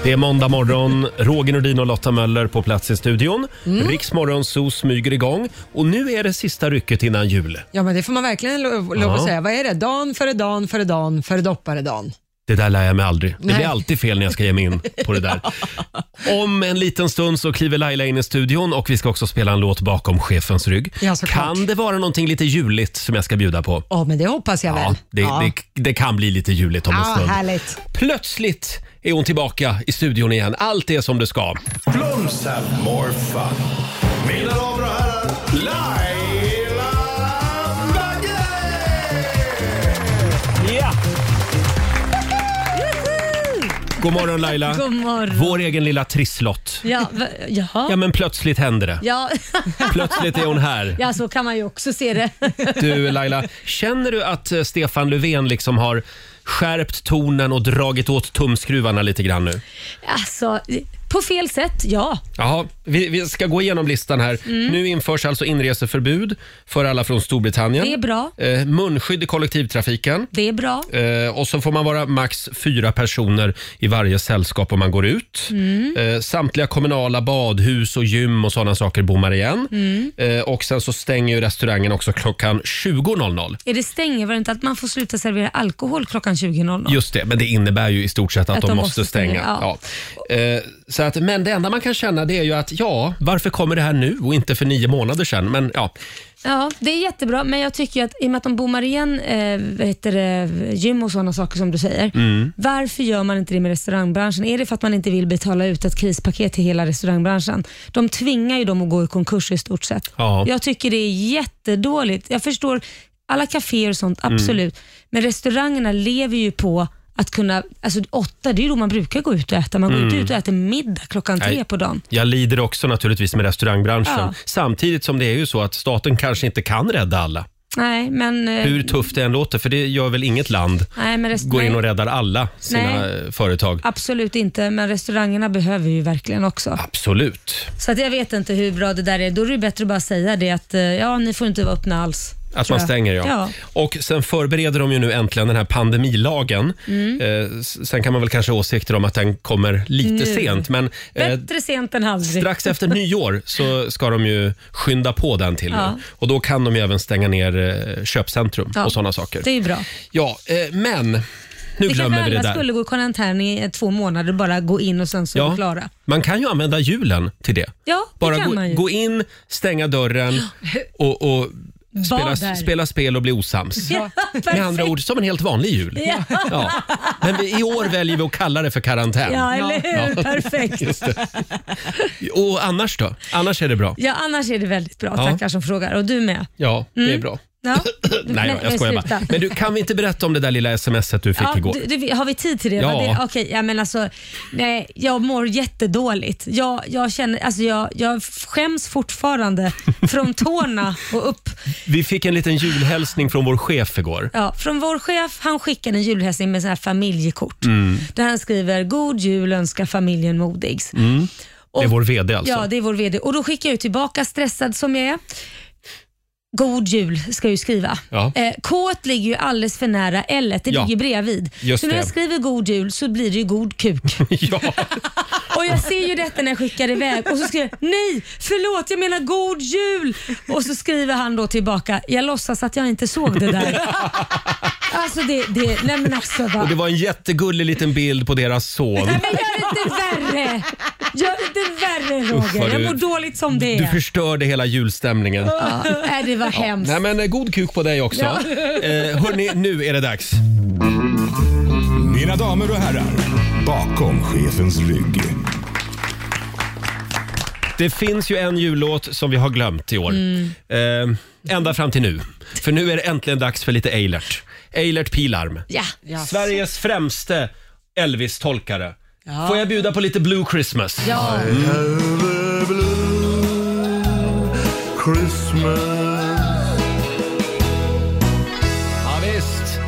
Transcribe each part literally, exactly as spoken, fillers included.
Det är måndag morgon, Roger Nordin och Lotta Möller på plats i studion. Mm. Riks Morgonzoo smyger igång och nu är det sista rycket innan jul. Ja, men det får man verkligen lov, lov att säga. Vad är det? Dan före dan före dan före dopparedan. Det där lär jag mig aldrig. Det Nej. blir alltid fel när jag ska ge mig in på det där. Om en liten stund så kliver Laila in i studion och vi ska också spela en låt bakom chefens rygg. Ja, kan det vara någonting lite juligt som jag ska bjuda på? Ja, men det hoppas jag ja, väl. det, ja. det, det kan bli lite juligt om en Ja, stund. härligt. Plötsligt är hon tillbaka i studion igen. Allt är som det ska. Plums have more fun. Mina damer och herrar, Laila Bagge! Ja! God morgon Laila. God morgon. Vår egen lilla trisslott. Ja, va, jaha. Ja, men plötsligt händer det. Ja. Plötsligt är hon här. Ja, så kan man ju också se det. Du Laila, känner du att eh, Stefan Löfven liksom har skärpt tonen och dragit åt tumskruvarna lite grann nu? Alltså, på fel sätt, ja. Jaha, vi, vi ska gå igenom listan här. Mm. Nu införs alltså inreseförbud för alla från Storbritannien. Det är bra. Eh, munskydd i kollektivtrafiken. Det är bra. Eh, och så får man vara max fyra personer i varje sällskap om man går ut. Mm. Eh, samtliga kommunala badhus och gym och sådana saker bommar igen. Mm. Eh, och sen så stänger ju restaurangen också klockan tjugo noll noll. Är det stänger? Var det inte att man får sluta servera alkohol klockan tjugo noll noll? Just det, men det innebär ju i stort sett att, Att de, de måste måste stänga. stänga, ja. Ja. Eh, så att, men det enda man kan känna det är ju att ja, varför kommer det här nu och inte för nio månader sedan? Men ja. Ja, det är jättebra, men jag tycker att i och med att de bommar igen eh, vad heter det, gym och sådana saker som du säger, Mm. varför gör man inte det med restaurangbranschen? Är det för att man inte vill betala ut ett krispaket till hela restaurangbranschen? De tvingar ju dem att gå i konkurs i stort sett. Ja. Jag tycker det är jättedåligt. Jag förstår alla kaféer och sånt, absolut. Mm. Men restaurangerna lever ju på att kunna, alltså åtta, det är ju då man brukar gå ut och äta. Man går Mm. inte ut och äter middag klockan tre Nej, på dagen. Jag lider också naturligtvis med restaurangbranschen. Ja. Samtidigt som det är ju så att staten kanske inte kan rädda alla. Nej, men... eh, Hur tufft det än låter, för det gör väl inget land. Nej, men rest- Går in nej. och räddar alla sina Nej. företag. Absolut inte, men restaurangerna behöver ju verkligen också. Absolut. Så att jag vet inte hur bra det där är. Då är det bättre att bara säga det att eh, ja, ni får inte vara öppna alls. Att tror man jag. stänger, ja. Ja. Och sen förbereder de ju nu äntligen den här pandemilagen. Mm. Eh, s- sen kan man väl kanske ha åsikter om att den kommer lite Nu. sent. Men eh, Bättre sent än aldrig. strax efter nyår så ska de ju skynda på den till Ja. nu. Och då kan de ju även stänga ner eh, köpcentrum Ja. och sådana saker. Det är ju bra. Ja, eh, men nu Vi glömmer kanske vi det alla där. skulle gå i karantän i två månader, bara gå in och sen så är Ja. vi klara. Man kan ju använda julen till det. Ja, det Bara kan gå, man ju. gå in, stänga dörren och, och spela, där. spela spel och bli osams. Ja, Med andra ord, som en helt vanlig jul. Ja. Ja. Men vi, i år väljer vi att kalla det för karantän. Ja, eller hur? Ja. Perfekt. Just det. Och annars då? Annars är det bra? Ja, annars är det väldigt bra. Ja. Tackar som frågar. Och du med? Ja, det är Mm. bra. Ja. Nej, då, jag skojar bara. sluta. Men du, kan vi inte berätta om det där lilla smset du fick Ja, igår? du, du, har vi tid till det? Ja. Var det okej, ja, men alltså, nej, jag mår jättedåligt. Jag, jag, känner, alltså, jag, jag skäms fortfarande från tårna och upp. Vi fick en liten julhälsning från vår chef igår. Ja, från vår chef, han skickade en julhälsning med sån här familjekort. Mm. Där han skriver God jul, önskar familjen Modigs. Mm. Det är vår vd alltså. Ja, det är vår vd. Och då skickar jag ut tillbaka, stressad som jag är. God jul ska jag ju skriva. Ja. Eh, K ligger ju alldeles för nära L, det Ja. ligger bredvid. Just så när det. jag skriver god jul så blir det ju god kuk. Ja. Och jag ser ju detta när jag skickar iväg och så skriver jag nej, förlåt, jag menar god jul. Och så skriver han då tillbaka, jag låtsas att jag inte såg det där. Alltså det, det nej men alltså va. Och det var en jättegullig liten bild på deras son. Nej, men gör det inte värre. Gör det inte värre Usch, Roger. vad du- Jag mår dåligt som det är. Du förstörde hela julstämningen. Ja, nej, det var hemskt. Nej men eh, god kuk på dig också. Ja. Eh, hörni, nu är det dags. Mina damer och herrar, bakom chefens rygg. Det finns ju en jullåt som vi har glömt i år. Mm. Eh, ända fram till nu. För nu är det äntligen dags för lite Eilert. Eilert Pilarm. Ja. Ja. Sveriges främste Elvis-tolkare. Ja. Får jag bjuda på lite Blue Christmas? Ja. Christmas. Ja, visst.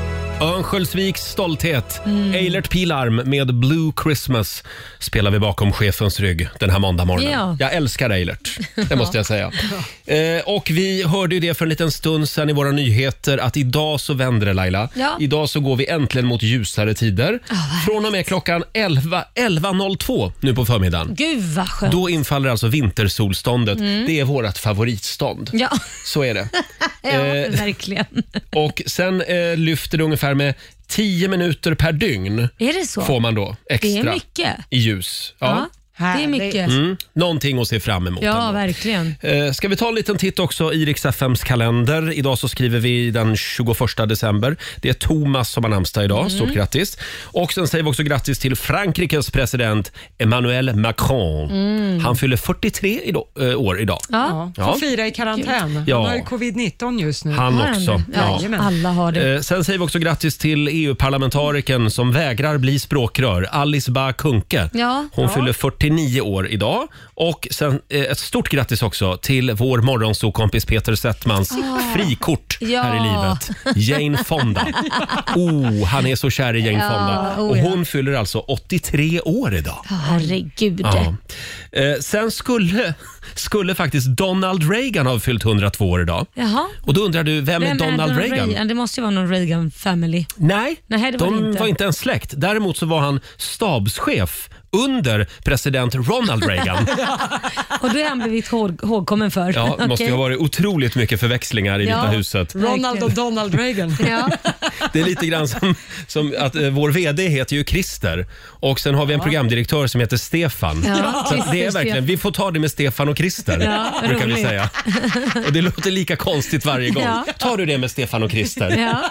Örnsköldsviks stolthet. Mm. Eilert Pilarm med Blue Christmas spelar vi bakom chefens rygg den här måndagmorgonen. Ja. Jag älskar Eilert, det måste jag säga. eh, och vi hörde ju det för en liten stund sedan i våra nyheter att idag så vänder det, Laila. Ja. Idag så går vi äntligen mot ljusare tider. Oh, Från och med klockan elva noll två nu på förmiddagen. Gud vad skönt. Då infaller alltså vintersolståndet. Mm. Det är vårt favoritstånd. Ja. Så är det. Ja, eh, verkligen. Och sen eh, lyfter det ungefär med tio minuter per dygn. Är det så? Får man då extra det är mycket. I ljus. Ja. Ja. Det är mycket. Mm, någonting att se fram emot. Ja, ändå. verkligen. Eh, ska vi ta en liten titt också i Rix F M:s kalender. Idag så skriver vi den tjugoförsta december. Det är Thomas som har namnsdag idag. Mm. Stort grattis. Och sen säger vi också grattis till Frankrikes president Emmanuel Macron. Mm. Han fyller fyrtiotre idag, äh, år idag. Ja, ja. Får fira i karantän. Ja. Han har ju covid nitton just nu. Han också. Ja, ja. Alla har det. Eh, sen säger vi också grattis till E U-parlamentarikern som vägrar bli språkrör. Alice Bah Kuhnke. Ja. Hon ja. fyller fyrtionio år idag. Och sen eh, ett stort grattis också till vår morgonsokompis Peter Settmans oh. frikort ja. här i livet. Jane Fonda. Oh, han är så kär i Jane ja. Fonda. Och hon ja. fyller alltså åttiotre år idag. Oh, herregud. Ja. Eh, sen skulle, skulle faktiskt Donald Reagan ha fyllt hundratvå år idag. Jaha. Och då undrar du, vem, vem är Donald, Donald Reagan? Reagan? Det måste ju vara någon Reagan family. Nej, Nej det var de det inte. var inte en släkt. Däremot så var han stabschef under president Ronald Reagan. Och då är han blivit håg, hågkommen för. Ja, det måste okay. ju ha varit otroligt mycket förväxlingar i ja. Vita huset. Ronald och Donald Reagan. Ja. Det är lite grann som, som att eh, vår vd heter ju Christer och sen har vi en ja. programdirektor som heter Stefan. Ja. Så det är verkligen, vi får ta det med Stefan och Christer, ja, brukar vi säga. Och det låter lika konstigt varje gång. Ja. Tar du det med Stefan och Christer? Ja.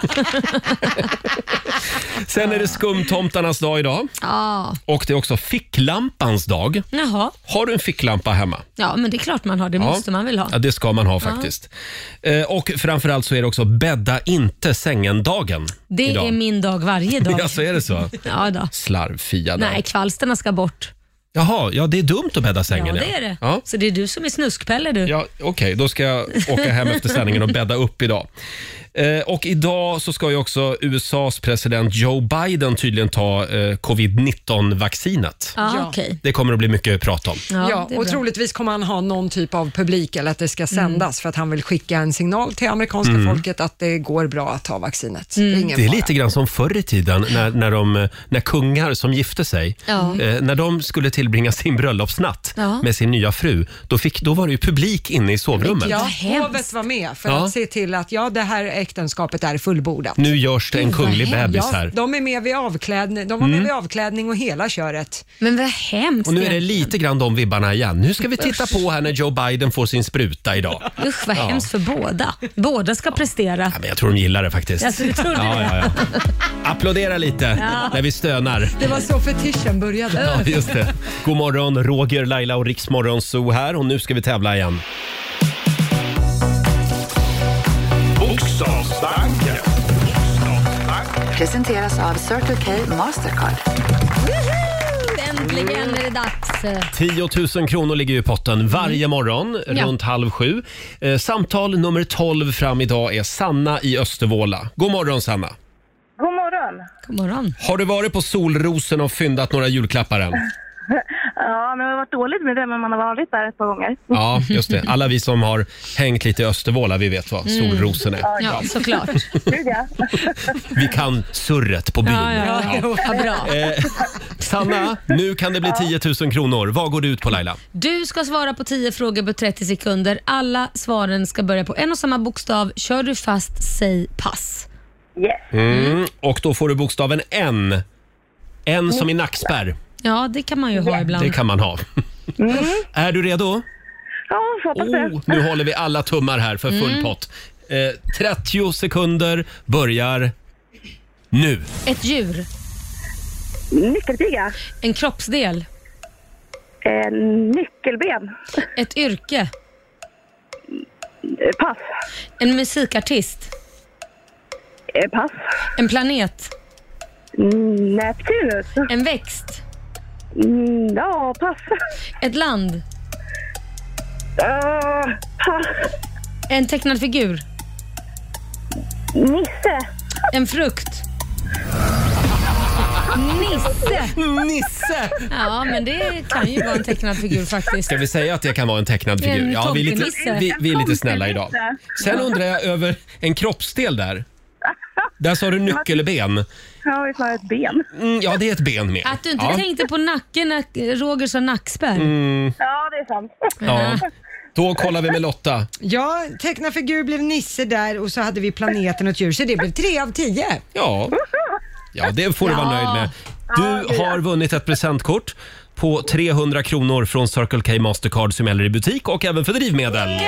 Sen är det skumtomtarnas dag idag. Ja. Och det är också ficklampans dag. Jaha. Har du en ficklampa hemma? Ja, men det är klart man har. Det ja. måste man väl ha. Ja, det ska man ha faktiskt. Eh, och framförallt så är det också bädda inte sängen-dagen. Det idag. är min dag varje dag. Ja, så är det så. Ja då. Slarvfia där. Nej, kvalsterna ska bort. Jaha, ja det är dumt att bädda sängen. Ja, det är det. Ja. Så det är du som är snuskpelle du. Ja, okej, okay, då ska jag åka hem efter sändningen och bädda upp idag. Eh, och idag så ska ju också U S A:s president Joe Biden tydligen ta eh, covid nitton-vaccinet. Ah, ja. Okay. Det kommer att bli mycket prat om. Ja, ja och troligtvis kommer han ha någon typ av publik eller att det ska sändas mm. för att han vill skicka en signal till amerikanska mm. folket att det går bra att ta vaccinet. Mm. Det är, ingen det är fara. lite grann som förr i tiden när, när, de, när kungar som gifte sig, ja. eh, när de skulle tillbringa sin bröllopsnatt ja. med sin nya fru, då, fick, då var det ju publik inne i sovrummet. Ja, hovet var med för ja. att se till att ja, det här äktenskapet är fullbordat. Nu görs det en kunglig bebis här. Ja, de är med vid avklädning, de var med mm. vid avklädning och hela köret. Men vad hemskt. Och nu är det lite grann de vibbarna igen. Nu ska vi titta på här när Joe Biden får sin spruta idag. Usch, vad ja. hemskt för båda. Båda ska prestera. Ja, men jag tror de gillar det faktiskt. Jag tror det. Ja, ja, ja. Applådera lite ja. när vi stönar. Det var så fetischen började. Ja, just det. God morgon, Roger, Laila och Rix Morgon Zoo här. Och nu ska vi tävla igen. Bokstavsbanken. Presenteras av Circle K Mastercard. Äntligen är det dags. tio tusen kronor ligger i potten varje morgon Ja. runt halv sju. Eh, samtal nummer tolv fram idag är Sanna i Östervåla. God morgon Sanna. God morgon. God morgon. Har du varit på Solrosen och fyndat några julklappar än? Ja, men det har varit dåligt med det, men man har varit där ett par gånger. Ja, just det. Alla vi som har hängt lite i Östervåla, vi vet vad Solrosen är. Ja, såklart. Vi kan surret på byn. Ja, ja, ja. Ja, bra. Eh, Sanna, nu kan det bli tio tusen kronor. Vad går du ut på Laila? Du ska svara på tio frågor på trettio sekunder. Alla svaren ska börja på en och samma bokstav. Kör du fast, säg pass. Yes. Mm, och då får du bokstaven N. N som i nackspärr. Ja, det kan man ju ha ibland. Det kan man ha. Mm. Är du redo? Ja, hoppas det. Oh, nu håller vi alla tummar här för full Mm. pott. Eh, trettio sekunder börjar nu. Ett djur. Nyckelpiga. En kroppsdel. Eh, nyckelben. Ett yrke. Eh, pass. En musikartist. Eh, pass. En planet. Mm, Neptunus. En växt. Mm, ja, pass. Ett land. Uh, pass. En tecknad figur. Nisse. En frukt. Nisse. Nisse! Ja, men det kan ju vara en tecknad figur faktiskt. Ska vi säga att det kan vara en tecknad figur? En Ja, vi är, lite, tomtenisse. vi, vi är lite snälla idag. Sen undrar jag över en kroppsdel där. Där sa du nyckelben. Ja, vi sa ett ben. Mm, ja, det är ett ben med. Att du inte ja. tänkte på nacken när Roger sa nackspärr. Mm, Ja, det är sant. ja. Då kollar vi med Lotta. Ja, teckna figur blev Nisse där och så hade vi planeten och ett djur, så det blev tre av tio. Ja, ja det får du vara Ja. nöjd med. Du har vunnit ett presentkort på trehundra kronor från Circle K Mastercard som gäller i butik och även för drivmedel. Ja.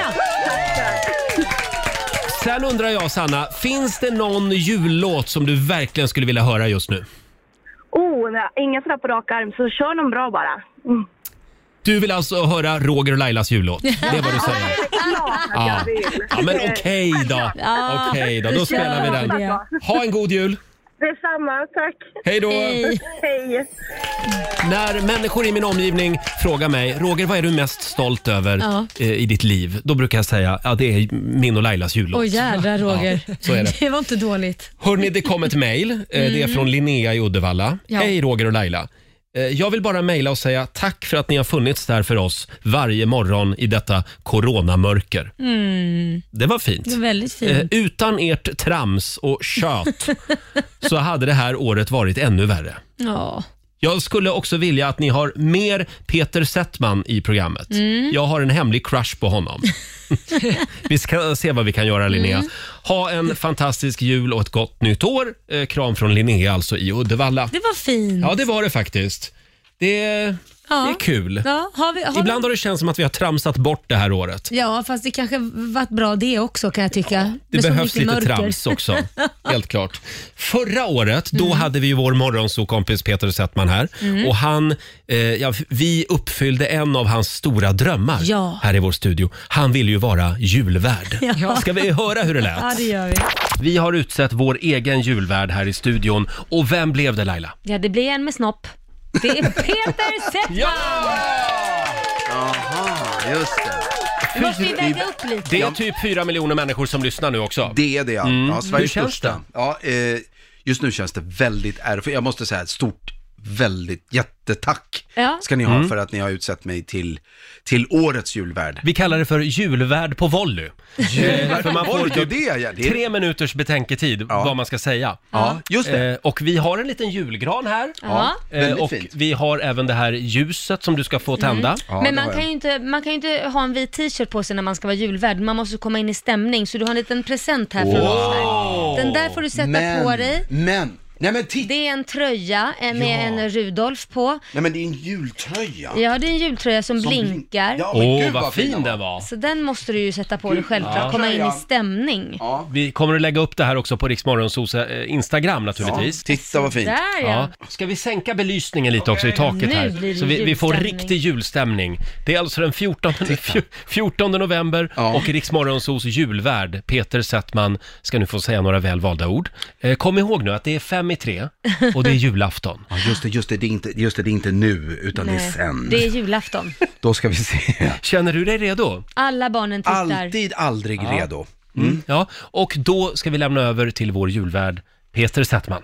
Sen undrar jag, Sanna, finns det någon jullåt som du verkligen skulle vilja höra just nu? Oh, nej, ingen sådär på rak arm, så kör någon bra bara. Mm. Du vill alltså höra Roger och Lailas jullåt? Det är vad du säger. Klart att Ja, jag vill. ja men okej då. Ja, Okej då, då spelar vi den. det. Ha en god jul. Detsamma, tack. Hej då. Hej. Hej. När människor i min omgivning frågar mig, Roger, vad är du mest stolt över Ja. eh, i ditt liv? Då brukar jag säga, ja det är min och Lailas jullåt. Åh jädrar Roger. Ja, så är det. Det var inte dåligt. Hörrni, det kom ett mejl. Eh, Det är från Linnea i Uddevalla. Ja. Hej Roger och Laila. Eh, Jag vill bara mejla och säga tack för att ni har funnits där för oss varje morgon i detta coronamörker. Mm. Det var fint. Det var väldigt Eh, fint. utan ert trams och tjöt så hade det här året varit ännu värre. Ja. Jag skulle också vilja att ni har mer Peter Settman i programmet. Mm. Jag har en hemlig crush på honom. Vi ska se vad vi kan göra, Linnea. Mm. Ha en fantastisk jul och ett gott nytt år. Eh, kram från Linnea alltså i Uddevalla. Det var fint. Ja, det var det faktiskt. Det, Ja. det är kul. Ja, har vi, har Ibland har det känts som att vi har tramsat bort det här året. Ja, fast det kanske varit bra det också kan jag tycka. Det Med så behövs mycket lite mörker. trams också, helt klart. Förra året, då Mm. hade vi ju vår morgonsokompis Peter Settman här. Mm. Och han, eh, ja, vi uppfyllde en av hans stora drömmar Ja. här i vår studio. Han ville ju vara julvärd. Ja. Ska vi höra hur det lät? Ja, det gör vi. Vi har utsett vår egen julvärd här i studion. Och vem blev det, Laila? Ja, det blir en med snopp. Det är Peter Settman! Aha, just det. Nu måste vi väga upp lite. Det är typ fyra miljoner människor som lyssnar nu också. Det är det, ja. Mm. ja Sveriges Hur känns största. Ja, eh, just nu känns det väldigt ärofyllt. Jag måste säga ett stort, väldigt jättetack Ja. ska ni ha Mm. för att ni har utsett mig till, till årets julvärd. Vi kallar det för julvärd på volley. Julvärd För man på får volley, typ det är det, ja. Det är- tre minuters betänketid Ja. vad man ska säga. Ja, just det. Eh, och vi har en liten julgran här. Ja. Eh, Väldigt och fint. vi har även det här ljuset som du ska få tända. Ja, Men det man har kan, jag. ju inte, man kan ju inte ha en vit t-shirt på sig när man ska vara julvärd. Man måste komma in i stämning. Så du har en liten present här för oss här. Den där får du sätta men, på dig. Men, nej men titta! Det är en tröja eh, med Ja. en Rudolf på. Nej men det är en jultröja. Ja, det är en jultröja som, Som blin- blinkar. Ja, Åh, men gud, vad fin den den var. Så den måste du ju sätta på dig själv för Ja. att komma in i Ja. stämning. Ja. Vi kommer att lägga upp det här också på Rix Morgonzos eh, Instagram naturligtvis. Titta vad fint. Där ja. Ja. Ska vi sänka belysningen lite också i taket Nu här? blir det Så vi, vi får julstämning. riktig julstämning. Det är alltså den fjortonde, fjortonde november Ja. och Rix Morgonzos julvärd Peter Settman ska nu få säga några väl valda ord. Eh, kom ihåg nu att det är fem i tre och det är julafton. Ja, just det, just det, det är inte, just det, det är inte nu utan det är Nej, sen. det är julafton. Då ska vi se. Känner du dig redo? Alla barnen tittar. Alltid, aldrig redo. Mm. Ja, och då ska vi lämna över till vår julvärd Peter Settman.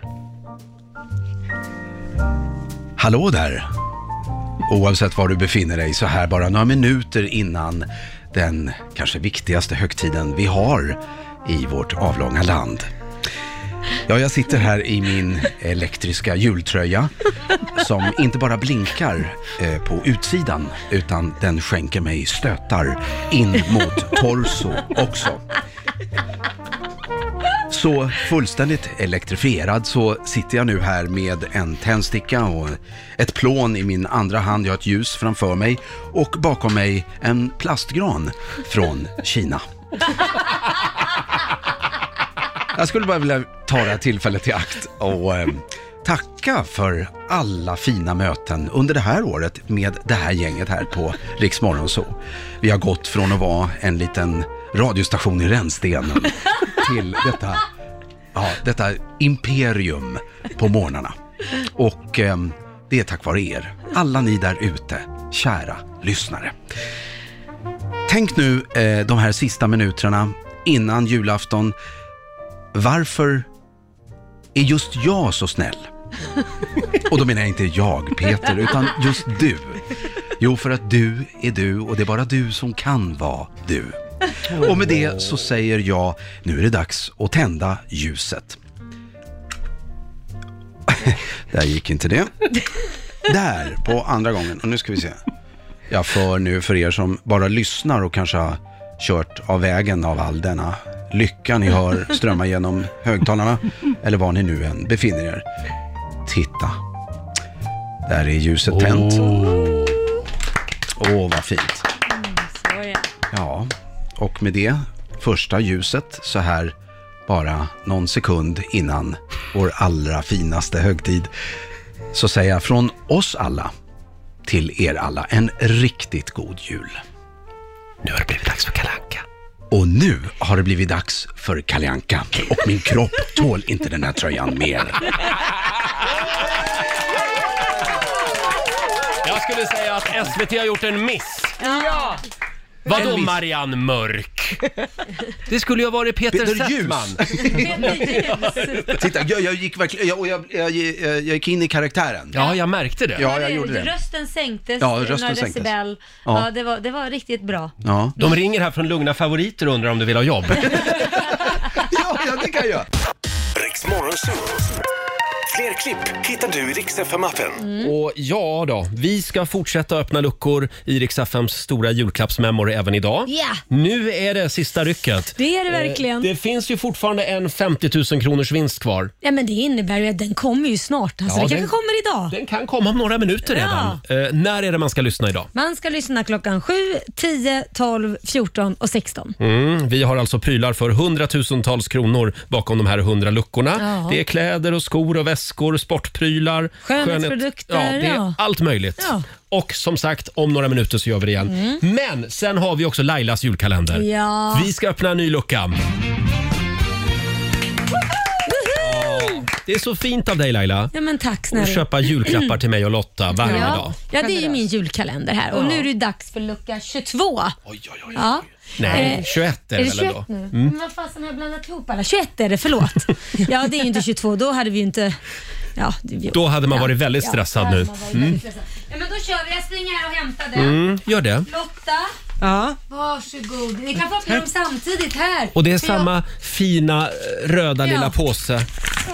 Hallå där! Oavsett var du befinner dig så här bara några minuter innan den kanske viktigaste högtiden vi har i vårt avlånga land. Ja, jag sitter här i min elektriska jultröja som inte bara blinkar eh, på utsidan utan den skänker mig stötar in mot torso också. Så fullständigt elektrifierad så sitter jag nu här med en tändsticka och ett plån i min andra hand. Jag har ett ljus framför mig och bakom mig en plastgran från Kina. Jag skulle bara vilja ta det här tillfället i akt och eh, tacka för alla fina möten under det här året med det här gänget här på Rix Morgonzoo. Vi har gått från att vara en liten radiostation i rännstenen till detta, ja, detta imperium på morgnarna. Och eh, det är tack vare er, alla ni där ute, kära lyssnare. Tänk nu eh, de här sista minuterna innan julafton. Varför är just jag så snäll? Och då menar jag inte jag, Peter, utan just du. Jo, för att du är du och det är bara du som kan vara du. Och med det så säger jag, nu är det dags att tända ljuset. Där gick inte det. Där, på andra gången. Och nu ska vi se. Jag för nu för er som bara lyssnar och kanske har kört av vägen av all denna lycka ni hör strömma genom högtalarna. Eller var ni nu än befinner er. Titta. Där är ljuset tänt. Åh, oh, vad fint. Ja, och med det första ljuset så här bara någon sekund innan vår allra finaste högtid så säger jag från oss alla till er alla en riktigt god jul. Nu har det blivit dags för Kalle Anka. Och nu har det blivit dags för Kalle Anka. Och min kropp tål inte den här tröjan mer. Jag skulle säga att S V T har gjort en miss. Ja. Vadå Marianne Mörk? Det skulle ju ha varit Peter, Peter Settman. Titta, jag, jag gick verkligen jag, jag, jag, jag, jag gick in i karaktären. Ja, jag märkte det. Ja, jag gjorde det. Rösten sänktes, Ja, rösten några sänktes. decibel. Ja. Ja, det var, det var riktigt bra. Ja. De ringer här från Lugna Favoriter och undrar om du vill ha jobb. Ja, ja, det kan jag. Riks Morgonzoo. Fler klipp hittar du i Riks F M-appen. Och ja då, vi ska fortsätta öppna luckor i Riks F M:s stora julklappsmemory även idag. Ja. Nu är det sista rycket. Det är det verkligen. Eh, Det finns ju fortfarande en femtio tusen kronors vinst kvar. Ja, men det innebär ju att den kommer ju snart. Alltså, Ja, det kanske den- kommer idag. Den kan komma om några minuter redan. Eh, när är det man ska lyssna idag? Man ska lyssna klockan sju, tio, tolv, fjorton och sexton. Mm, vi har alltså prylar för hundratusentals kronor bakom de här hundra luckorna. Ja. Det är kläder och skor och väskor, sportprylar, Skönhetsprodukter, skönhet- ja, det är ja. allt möjligt. Ja. Och som sagt, om några minuter så gör vi det igen. Men sen har vi också Lailas julkalender. Ja. Vi ska öppna en ny lucka. Ja, det är så fint av dig Laila. Ja, men tack Och snälla. köpa julklappar till mig och Lotta varje Ja. dag. ja, det är ju min julkalender här. Och nu är det dags för lucka tjugotvå. Oj, oj, oj. Ja. Nej, Eh, tjugoett är det Är det väl tjugoett ändå? nu? Men vad fasen har jag blandat ihop alla? tjugoett är det, förlåt. Ja, det är ju inte tjugotvå. Då hade vi ju inte... Ja, det, Då hade man varit väldigt ja, stressad då nu. hade man varit väldigt stressad. Ja, men då kör vi. Jag springer här och hämtar den. Mm, gör det. Lotta, Ja. varsågod. Ni kan få öppna dem samtidigt här. Och det är För jag- samma fina eh, röda Ja. lilla påse.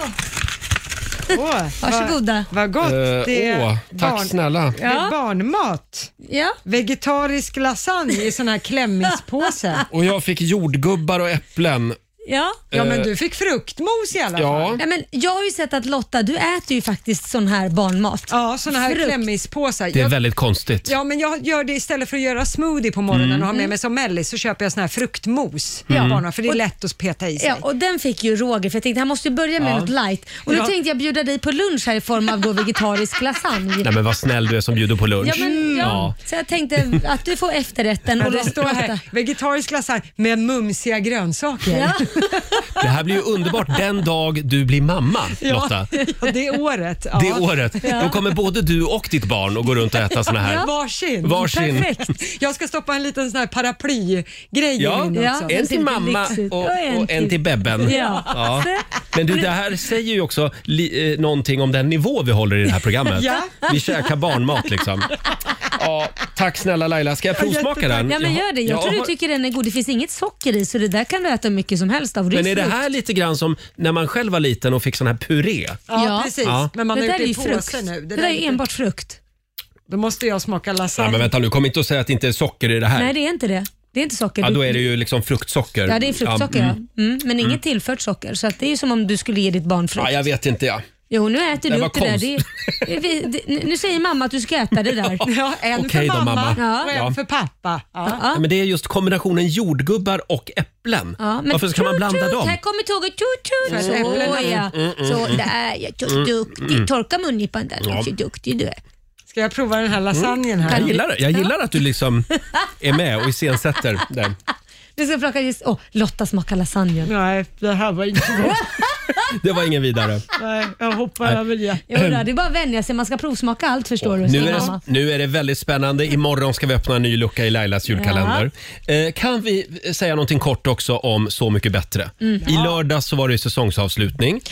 Åh, Varsågoda. Vad gott. Eh, Det är åh, tack barn- snälla. det är barnmat. Ja. Vegetarisk lasagne i sån här klämmispåse. Och jag fick jordgubbar och äpplen. Ja. Ja, men Eh, du fick fruktmos i alla fall. Ja, Ja, men jag har ju sett att Lotta, du äter ju faktiskt sån här barnmat. Ja, såna här Frukt. klämmispåsar. det är Jag, väldigt konstigt. ja, men jag gör det istället för att göra smoothie på morgonen och ha med mig som mellis, så köper jag sån här fruktmos. Mm. Ja. Barnen, för det är lätt att peta i sig. Ja, och den fick ju Roger, för jag tänkte han måste ju börja med Ja. något light. Och nu Ja. tänkte jag bjuda dig på lunch här i form av då vegetarisk lasagne. Nej men vad snäll du är som bjuder på lunch. Ja, men, ja. Ja. Så jag tänkte att du får efterrätten. Ja, Och det Lotta- står här, vegetarisk lasagne med mumsiga grönsaker. Ja. Det här blir ju underbart den dag du blir mamma, Lotta. Ja, det är året. Ja. Det året. Då kommer både du och ditt barn att gå runt och äta såna här. Varsin. Varsin. Perfekt. Jag ska stoppa en liten sån här paraplygrej Ja. in också. Ja. En till mamma Lyxigt. och, Och en och en till- till bebben. Ja. Ja. Men du, det här säger ju också li, eh, någonting om den nivå vi håller i det här programmet. Ja. Vi käkar barnmat liksom. Ja, tack snälla Laila. Ska jag provsmaka den? Ja, men gör det. Jag tror du har- tycker den är god. Det finns inget socker i, så det där kan du äta mycket som helst av. Men är det frukt. här lite grann som när man själv var liten och fick sån här puré? Ja, Ja. precis. Ja. Men man det har där gjort är det ju i påse frukt. nu. Det, där är lite- enbart frukt. Då måste jag smaka Nej, lasagne. men vänta nu, kom inte att säga att det inte är socker i det här. Nej, det är inte det. Det är inte socker. Ja, Du- då är det ju liksom fruktsocker. Ja, det är fruktsocker. Ja, Ja, mm. mm. Men inget tillfört socker. Så att det är ju som om du skulle ge ditt barn frukt. Ja, jag vet inte ja. Jo, nu äter Det du var upp det där. konst. Det, det, det, nu säger mamma att du ska äta det där. Ja, en Okej för då, mamma, mamma. och en Ja. för pappa. Ja. Ja. Men det är just kombinationen jordgubbar och äpplen. Ja, men Varför ska man tut, blanda tut, dem? Här kommer tåget. Tut, tut. För att Så äpplena- ja. Så där, jag är så duktig. Torka mungipan där. Du är så duktig du är. Ska jag prova den här lasagnen här? Jag gillar det. Jag gillar att du liksom är med och iscensätter det. Du ska plocka just... Åh, Lotta smakar lasagne. Nej, det här var inte gott. Det var ingen vidare. Nej, jag hoppar över det. Jo, då, det är bara att vänja sig. Man ska provsmaka allt förstår du. Nu säger är, mamma. det, nu är det väldigt spännande. Imorgon ska vi öppna en ny lucka i Lailas julkalender. Eh, kan vi säga någonting kort också om Så mycket bättre? Mm. I lördag så var det säsongsavslutning.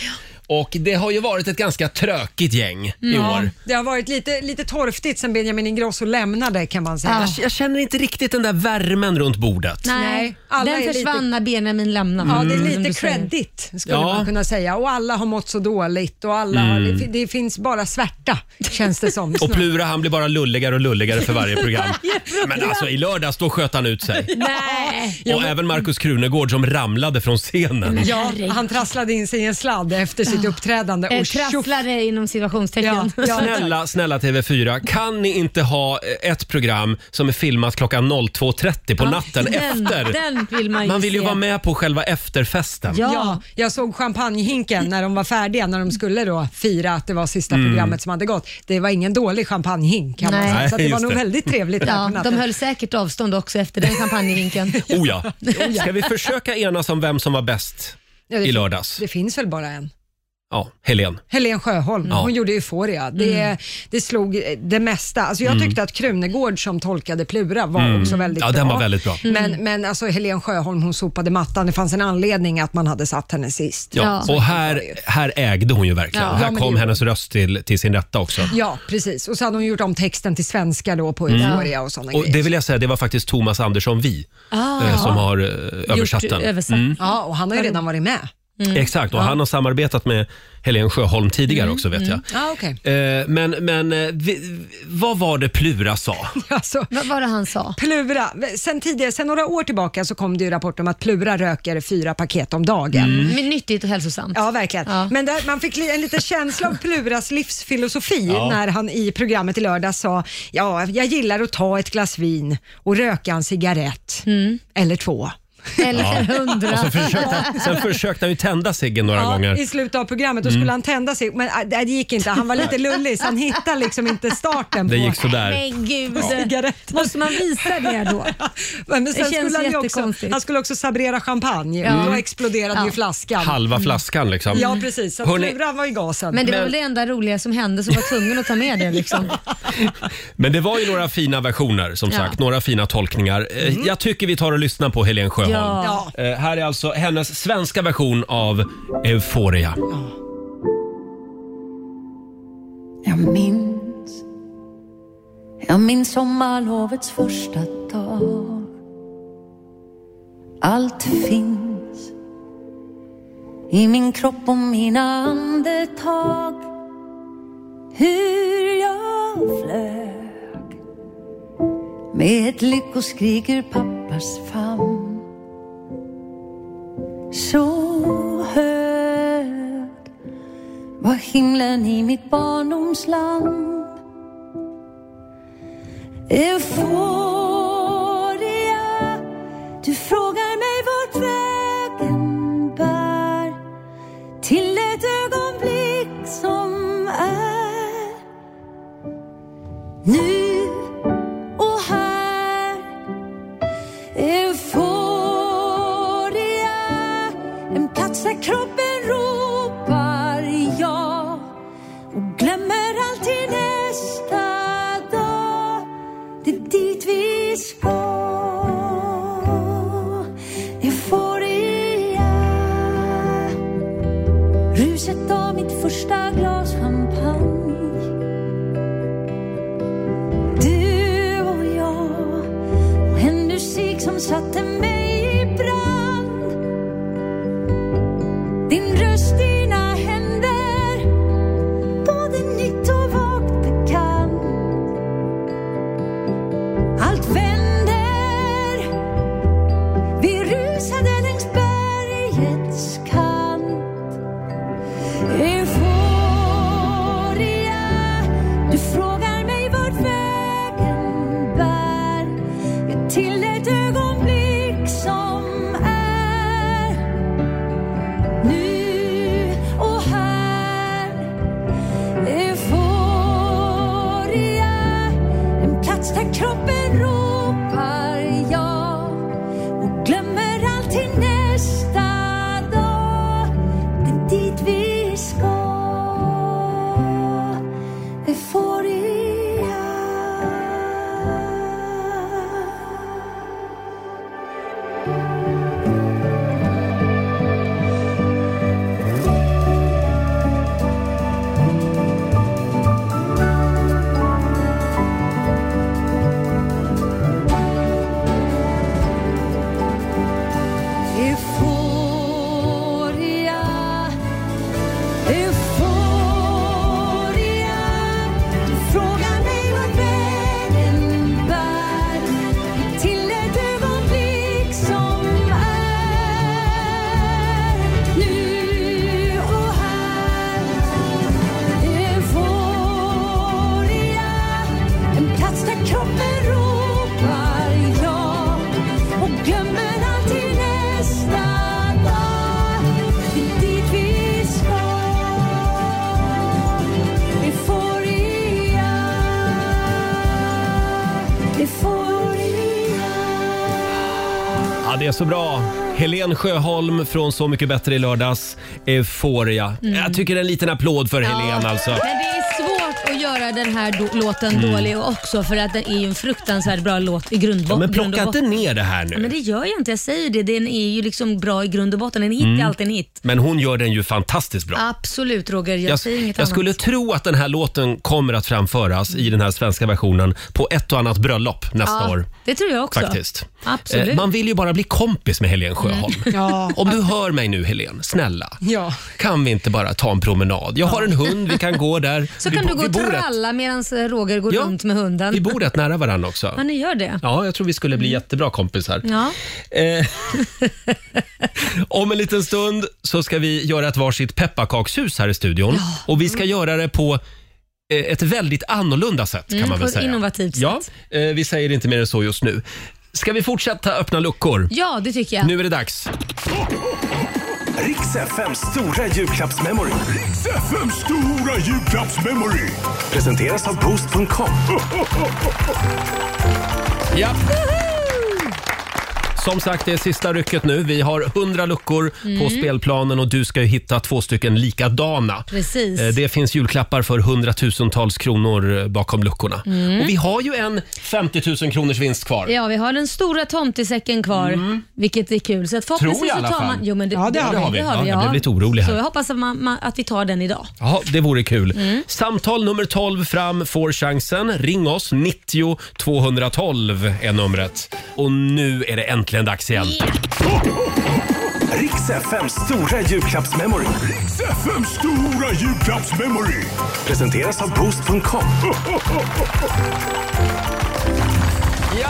Och det har ju varit ett ganska trökigt gäng i Ja, år. det har varit lite, lite torftigt sen Benjamin Ingrosso lämnade, kan man säga. Jag, jag känner inte riktigt den där värmen runt bordet. Nej, Nej, alla den är försvann lite- när Benjamin lämnade. Ja, det är som lite du säger. credit skulle Ja. man kunna säga. Och alla har mått så dåligt och alla har, det, det finns bara svärta, känns det som. Och Plura, han blir bara lulligare och lulligare för varje program. Men alltså i lördags då sköt han ut sig. Nej. Och även Markus Krunegård som ramlade från scenen. Ja, han trasslade in sig i en sladd efter sitt uppträdande. Eh, Och tjoff. Trasslare inom situationstecken. Ja, ja. Snälla, snälla T V fyra, kan ni inte ha ett program som är filmat klockan två trettio på natten den, efter? Den vill man ju Man vill ju se. vara med på själva efterfesten. Ja. Ja, jag såg champagnehinken när de var färdiga, när de skulle då fira att det var sista programmet som hade gått. Det var ingen dålig champagnehinck kan man Nej. säga, så att det Nej, var just nog det. väldigt trevligt där på Ja, natten. de höll säkert avstånd också efter den champagnehinken. Oh ja. Ska vi försöka enas om vem som var bäst Ja, det, i lördags? det finns väl bara en. Ja, Helen. Helen Sjöholm, Ja. hon gjorde Euphoria. Det, det slog det mesta. Alltså jag tyckte att Krunegård som tolkade Plura var också väldigt Ja, bra. den var väldigt bra. Men, men alltså Helen Sjöholm, hon sopade mattan. Det fanns en anledning att man hade satt henne sist. Ja. Ja. Och här, här ägde hon ju verkligen. Ja, här men det kom gjorde hennes röst till, till sin rätta också. Ja, precis. Och så hade hon gjort om texten till svenska då på Euphoria och sådana Och grejer. det vill jag säga, det var faktiskt Thomas Andersson Vi eh, som har eh, översatt den. Översatt. Ja, och han har ju redan varit med. Exakt, och han har samarbetat med Helen Sjöholm tidigare också vet jag. Ja, okej. Eh, men men eh, vi, vad var det Plura sa? Alltså, Vad var det han sa? Plura, sen tidigare, sen några år tillbaka så kom det ju rapport om att Plura röker fyra paket om dagen. Men nyttigt och hälsosamt. Ja, verkligen. Ja. Men där, man fick li- en liten känsla av Pluras livsfilosofi när han i programmet i lördag sa ja, jag gillar att ta ett glas vin och röka en cigarett. Eller två. Eller hundra. Och så försökte, han- sen försökte han ju tända ciggen några Ja, gånger. i slutet av programmet då skulle han tända sig, men äh, det gick inte. Han var lite lullig så han hittade liksom inte starten på Det gick sådär. Men gud, cigaretten. måste man visa det då? Men sen känns skulle han, ju också, jättekonstigt. han skulle också sabrera champagne. Ja. Då exploderade Ja. ju flaskan. Halva flaskan liksom. Ja, precis. Så Hörrni- Plura var i gasen. Men det var Men- väl det enda roliga som hände, så var tvungen att ta med det liksom. Men det var ju några fina versioner som Ja. sagt, några fina tolkningar. Eh, Jag tycker vi tar och lyssnar på Helen Sjöholm. Ja. Ja. Eh, här är alltså hennes svenska version av Euphoria. Jag minns, jag minns sommarlovets första dag. Allt finns i min kropp och mina andetag. Hur jag flög med ett lyckoskrik ur pappas famn. Så hög var himlen i mitt barndomsland. Euphoria, du frågar mig vart vägen bär till ett ögonblick som är nu och här. Euphoria, en plats där kroppen ropar ja och glömmer alltid nästa dag. Det är dit vi ska. Euphoria, ruset av mitt första glas champagne. Du och jag och en musik som satte mig i brand. Din röst, dina händer, både nytt och vagt bekant. Allt vänder, vi rusade längs bergets kant. Euphoria, du frågar mig vart vägen bär till ett ögonblick som är nu och här. Euphoria, en plats där kroppen ropar ja och glömmer alltid nästa dag. Det är dit vi ska. Euphoria. plats där kroppen ropar ja och glömmer allt till nästa dag. Det är dit vi ska. Euphoria, euphoria. Ja, det är så bra. Helen Sjöholm från Så mycket bättre i lördags. Euphoria. Mm. Jag tycker en liten applåd för Helen alltså. Men det är svårt att göra den här do- låten Mm. dålig också för att den är ju en fruktansvärt bra låt i grund, Ja, men grund plocka och inte botten. ner det här nu. Ja, men det gör jag inte, jag säger det. Den är ju liksom bra i grund och botten. En hit Mm. är alltid en hit. Men hon gör den ju fantastiskt bra. Absolut Roger, jag, Jag, säger inget jag annat. skulle tro att den här låten kommer att framföras i den här svenska versionen på ett och annat bröllop nästa Ja, år. det tror jag också. Faktiskt. Absolut. Eh, Man vill ju bara bli kompis med Helen Sjöholm. Ja. Om du hör mig nu Helen, snälla. Ja. Kan vi inte bara ta en promenad? Jag har en hund, vi kan gå där. Så vi, kan bo- du gå vi och bor rätt- tralla medan Roger går Ja, runt med hunden. Vi bor rätt nära varandra också. Ja, ni gör det. Ja, jag tror vi skulle bli jättebra kompisar. Ja. Eh, om en liten stund så ska vi göra ett varsitt pepparkakshus här i studion. Och vi ska göra det på eh, ett väldigt annorlunda sätt kan Mm, man på väl ett säga. innovativt sätt. Ja, eh, vi säger inte mer än så just nu. Ska vi fortsätta öppna luckor? Ja, det tycker jag. Nu är det dags. Riks F M:s stora julklappsmemory. Riks F M:s stora julklappsmemory. Presenteras av Boost punkt com. Ja. Som sagt, det är sista rycket nu. Vi har hundra luckor Mm. på spelplanen och du ska ju hitta två stycken likadana. Precis. Eh, Det finns julklappar för hundratusentals kronor bakom luckorna. Mm. Och vi har ju en femtio tusen kronors vinst kvar. Ja, vi har den stora tomtesäcken kvar, vilket är kul. Så att Tror förhoppningsvis jag i alla så tar fall. man... Jo, men det, Ja, det har vi. Det har Ja, vi, jag blev lite orolig här. Så jag hoppas att, man, man, att vi tar den idag. Ja, det vore kul. Mm. Samtal nummer tolv fram får chansen. Ring oss, nittio tvåhundratolv är numret. Och nu är det äntligen dags igen. Riks F M:s stora julklappsmemory. Riks F M:s stora julklappsmemory. Presenteras av Boost punkt com. Ja!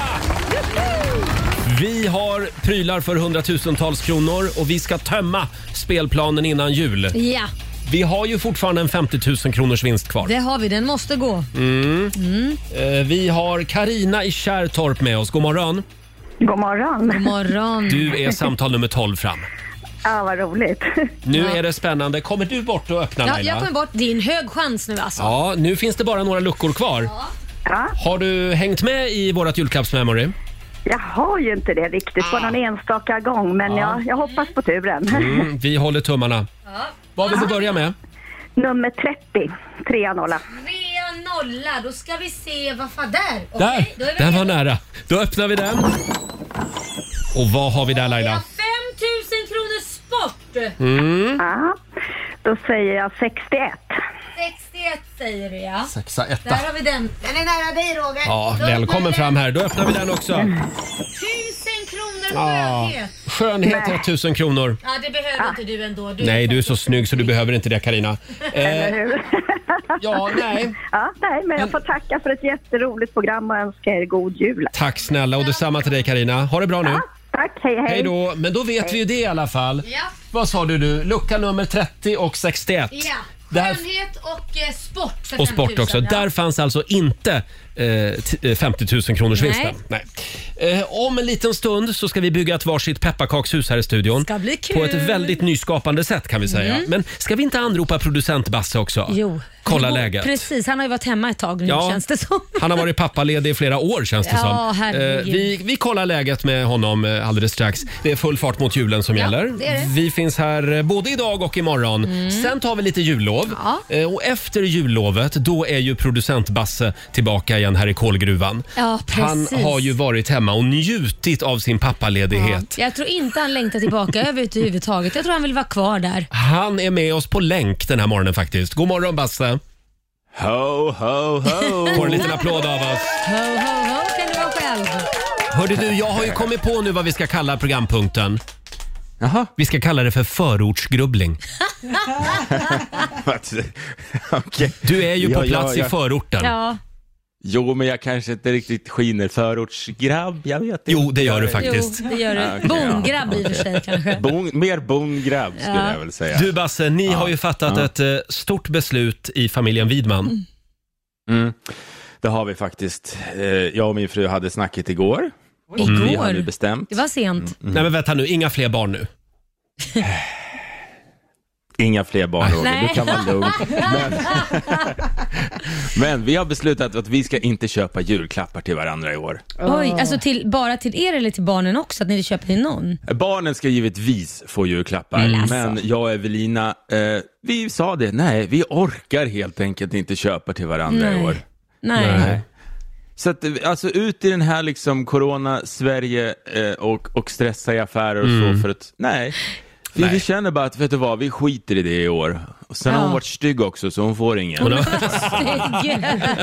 Vi har prylar för hundratusentals kronor och vi ska tömma spelplanen innan jul. Ja, Vi har ju fortfarande en femtio tusen kronors vinst kvar. det har vi. Den måste gå. Mm. Eh, Vi har Karina i Kärrtorp med oss. God morgon. God morgon. God morgon. Du är samtal nummer tolv fram. Ja, vad roligt. Nu Ja. är det spännande. Kommer du bort och öppna Ja, Laila? jag kommer bort. Det är en hög chans nu alltså. Ja, nu finns det bara några luckor kvar. Ja, Har du hängt med i vårat julklappsmemory? jag har ju inte det riktigt på någon enstaka gång, men jag, jag hoppas på turen. Mm, vi håller tummarna. Vad vill du börja med? Nummer trettio, tre nolla. tre nolla, då ska vi se vad fan där. Där! Okej, då är vi Den var redo. nära. Då öppnar vi den. Och vad har vi där Ja, Laila? fem tusen kronor sport. Mm. Ja, då säger jag sextioett. sextioett säger du ja. Sexa, Där etta. har vi den. Den är nära dig Roger. Ja, Då öppnar välkommen vi fram den. här. Då öppnar vi den också. Tusen kronor Ja. skönhet. Skönhet tusen kronor. Ja, det behöver inte du ändå. Du Nej, du är så snygg så du behöver inte det Karina. Eller Eh, hur? ja, nej. Ja, nej, men jag får tacka för ett jätteroligt program och önska er god jul. Tack snälla och detsamma till dig Karina. Ha det bra nu. Ja, tack, hej hej. Hej då. Men då vet vi ju det i alla fall. Ja. Vad sa du du? Lucka nummer trettio och sextioett. Ja, Där- skönhet och eh, sport för Och sport fem tusen, också. ja. Där fanns alltså inte eh, t- eh, femtio tusen kronors vinsten. Nej. Eh, om en liten stund så ska vi bygga ett varsitt pepparkakshus här i studion. Ska bli kul. På ett väldigt nyskapande sätt kan vi säga. Mm. Men ska vi inte anropa producent Basse också? Jo. Kolla Jo, läget. Precis, han har ju varit hemma ett tag nu Ja. känns det som. Han har varit pappaledig i flera år känns det Ja, som. herregud. vi, vi kollar läget med honom eh, alldeles strax. Det är full fart mot julen som Ja, gäller. det är det. Vi finns här eh, både idag och imorgon. Mm. Sen tar vi lite jullov. Eh, Och efter jullovet då är ju producent Basse tillbaka igen här i kolgruvan. Ja, Han precis. har ju varit hemma och njutit av sin pappaledighet. Jag tror inte han längtar tillbaka överhuvudtaget. Jag tror han vill vara kvar där. Han är med oss på länk den här morgonen faktiskt. God morgon Basse. Ho, ho, ho. Får en liten applåd av oss. Ho, ho, ho kan du vara själv. Hörde du, jag har ju kommit på nu vad vi ska kalla programpunkten. Jaha. Vi ska kalla det för förortsgrubbling. Okej. Du är ju på Ja, ja, plats ja. i förorten. Ja. Jo, men jag kanske inte riktigt skiner förortsgrabb, jag vet inte. Jo, det gör du faktiskt. Jo, det gör du. Ja, okej, Bongrabb i och för sig kanske. Bon, mer bongrabb skulle Ja. jag väl säga. Du Basse, ni Ja. har ju fattat Ja. ett eh, stort beslut i familjen Widman. Mm. Det har vi faktiskt. Eh, jag och min fru hade snacket igår. Igår? Vi har nu bestämt. Det var sent. Mm. Mm. Nej men vänta nu, inga fler barn nu. Inga fler barn, Roger. Nej. Du kan vara lugn. Men, men vi har beslutat att vi ska inte köpa julklappar till varandra i år. Oj, alltså till, bara till er eller till barnen också? Att ni köper till någon? Barnen ska givetvis få julklappar. Mm. Men jag och Evelina, eh, vi sa det. Nej, vi orkar helt enkelt inte köpa till varandra Nej. i år. Nej. Nej. Så att, alltså ut i den här liksom corona-Sverige eh, och, och stressa i affärer och Mm. så för att, nej. Vi, vi känner bara att, vet du vad, vi skiter i det i år. Och sen Ja. har hon varit stygg också, så hon får ingen. Hon har- Stygg.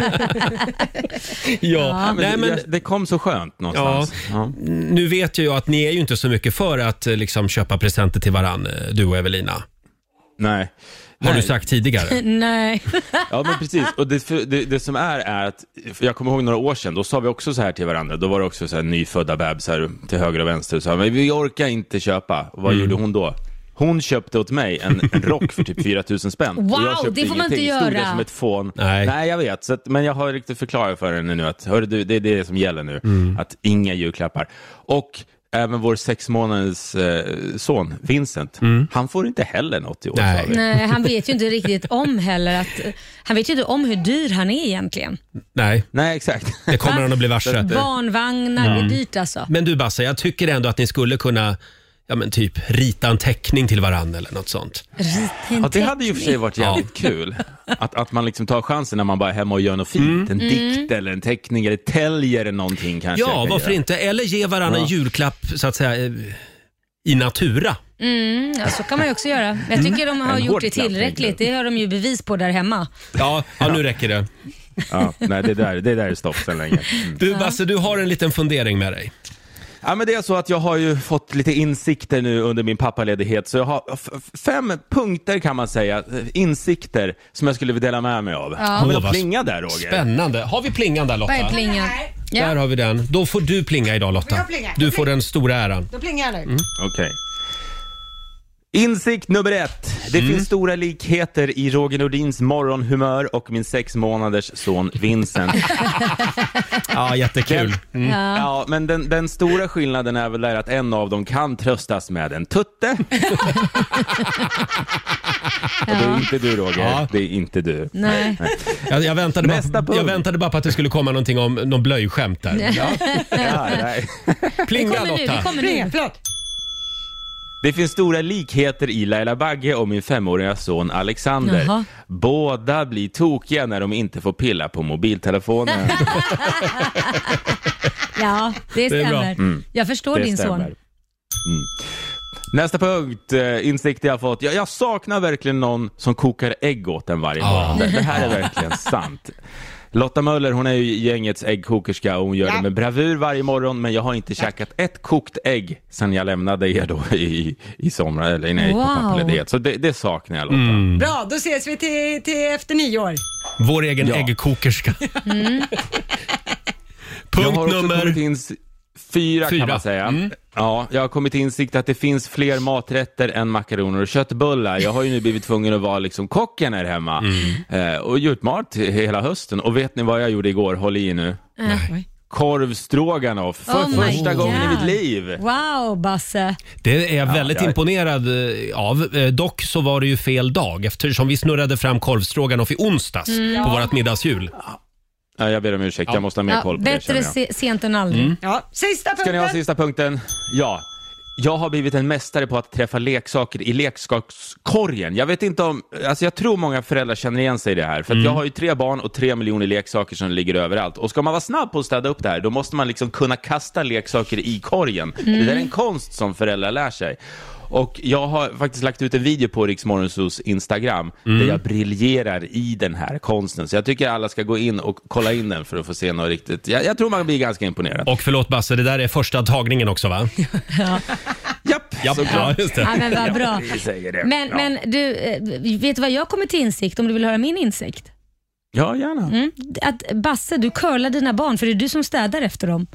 Ja, Ja, men nej, det, men det, det kom så skönt någonstans. Ja. nu vet jag ju att ni är ju inte så mycket för att eh, liksom köpa presenter till varann, eh, du och Evelina. Nej. Har Nej. du sagt tidigare? Nej. Ja, men precis. Och det, för, det, det som är är att, för jag kommer ihåg några år sedan, då sa vi också så här till varandra. Då var det också så här nyfödda bebisar till höger och vänster. Så här, men vi orkar inte köpa. Och vad Mm. gjorde hon då? Hon köpte åt mig en, en rock för typ fyra tusen spänn. Wow, Och jag köpte det får man inte ingenting. Stod där göra. som ett fån. Nej. Nej, jag vet. Så att, men jag har riktigt förklarat för henne nu att hörru, du, det är det som gäller nu. Mm. Att inga julklappar. Och även vår sex månaders eh, son, Vincent, han får inte heller något i år. Nej. sa vi. Nej, han vet ju inte riktigt om heller att han vet ju inte om hur dyr han är egentligen. Nej, Nej, exakt. det kommer han att bli varse. Barnvagnar, det är dyrt alltså. Men du Basse, jag tycker ändå att ni skulle kunna ja, men typ rita en teckning till varann eller något sånt. Ja, det hade ju för sig varit jävligt kul. Att, att man liksom tar chansen när man bara är hemma och gör något fint. En dikt eller en teckning eller täljer eller någonting kanske. jag Ja, kan varför göra. inte? Eller ge varann en Ja. julklapp så att säga eh, i natura. Mm, ja, så kan man ju också göra. Jag tycker de har En gjort hård det klapp, tillräckligt. egentligen. Det har de ju bevis på där hemma. Ja, ja nu räcker det. Ja, nej, det där, det där är stopp sedan länge. Mm. Du Basse, du har en liten fundering med dig. Ja, men det är så att jag har ju fått lite insikter nu under min pappaledighet. Så jag har f- f- fem punkter kan man säga. Insikter som jag skulle vilja dela med mig av. Ja. Har vi Åh, någon vad plinga där, Roger? Spännande. Har vi plingan där Lotta? Vad är plingan? Där Ja. har vi den. Då får du plinga idag Lotta. Jag plingar. Du får den stora äran. Då plingar jag nu. Mm. Okej. Insikt nummer ett. Det Mm. finns stora likheter i Roger Nordins morgonhumör och min sex månaders son Vincent. Ja, jättekul. Mm. Ja. Ja, men den, den stora skillnaden är väl där att en av dem kan tröstas med en tutte. Och det är inte du, Roger. Ja. Det är inte du. Nej. Jag, jag, väntade Nästa bara, punkt. jag väntade bara på att det skulle komma någonting om någon blöjskämt där. Ja, nej. Plinga Kommer nu, Lotta. det kommer Plinga, nu. förlåt. Det finns stora likheter i Laila Bagge och min femåriga son Alexander. Jaha. Båda blir tokiga när de inte får pilla på mobiltelefonen. Ja, det Det är bra. stämmer. Mm. Jag förstår Det din stämmer. son. Mm. Nästa punkt, eh, insikt jag har fått. Jag, jag saknar verkligen någon som kokar ägg åt en varje morgon. Det, det här är verkligen sant. Lotta Möller, hon är ju gängets äggkokerska och hon gör Ja. det med bravur varje morgon, men jag har inte käkat ett kokt ägg sedan jag lämnade er då i, i somras, eller nej, Wow. på pappaledighet. Så det, det saknar jag, Lotta. Mm. Bra, då ses vi till, till efter nyår. Vår egen Ja. äggkokerska. Mm. Jag har Punkt också nummer... kommit in s- fyra, Fyra. kan man säga. Mm. Ja, jag har kommit till insikt att det finns fler maträtter än makaroner och köttbullar. Jag har ju nu blivit tvungen att vara liksom kocken här hemma Mm. eh, och gjort mat hela hösten. Och vet ni vad jag gjorde igår? Håll i nu. Nej. Korvstroganoff för Oh my första gången i God. mitt liv. Wow, Basse. Det är jag väldigt jag- imponerad eh, av. Eh, Dock så var det ju fel dag eftersom vi snurrade fram korvstroganoff i onsdags på vårt middagshjul. Ja, jag ber om ursäkt, jag måste ha mer Ja, koll på det, bättre känner jag. se, sent än aldrig. Mm. Ja, sista Ska ni ha punkten. sista punkten? Ja. Jag har blivit en mästare på att träffa leksaker i leksakskorgen. Jag vet inte om, alltså jag tror många föräldrar känner igen sig i det här. För att jag har ju tre barn och tre miljoner leksaker som ligger överallt. Och ska man vara snabb på att städa upp det här, då måste man liksom kunna kasta leksaker i korgen. Det där är en konst som föräldrar lär sig. Och jag har faktiskt lagt ut en video på Rix Morgonzoos Instagram där jag briljerar i den här konsten. Så jag tycker alla ska gå in och kolla in den för att få se något riktigt. Jag, jag tror man blir ganska imponerad. Och förlåt Basse, det där är första tagningen också va? Japp, Ja, ja just det. Ja, men vad bra. vi säger det. Men, Ja. men du, eh, vet du vad jag kommer till insikt om du vill höra min insikt? Ja, gärna. Mm. Att Basse, du curlar dina barn för det är du som städar efter dem.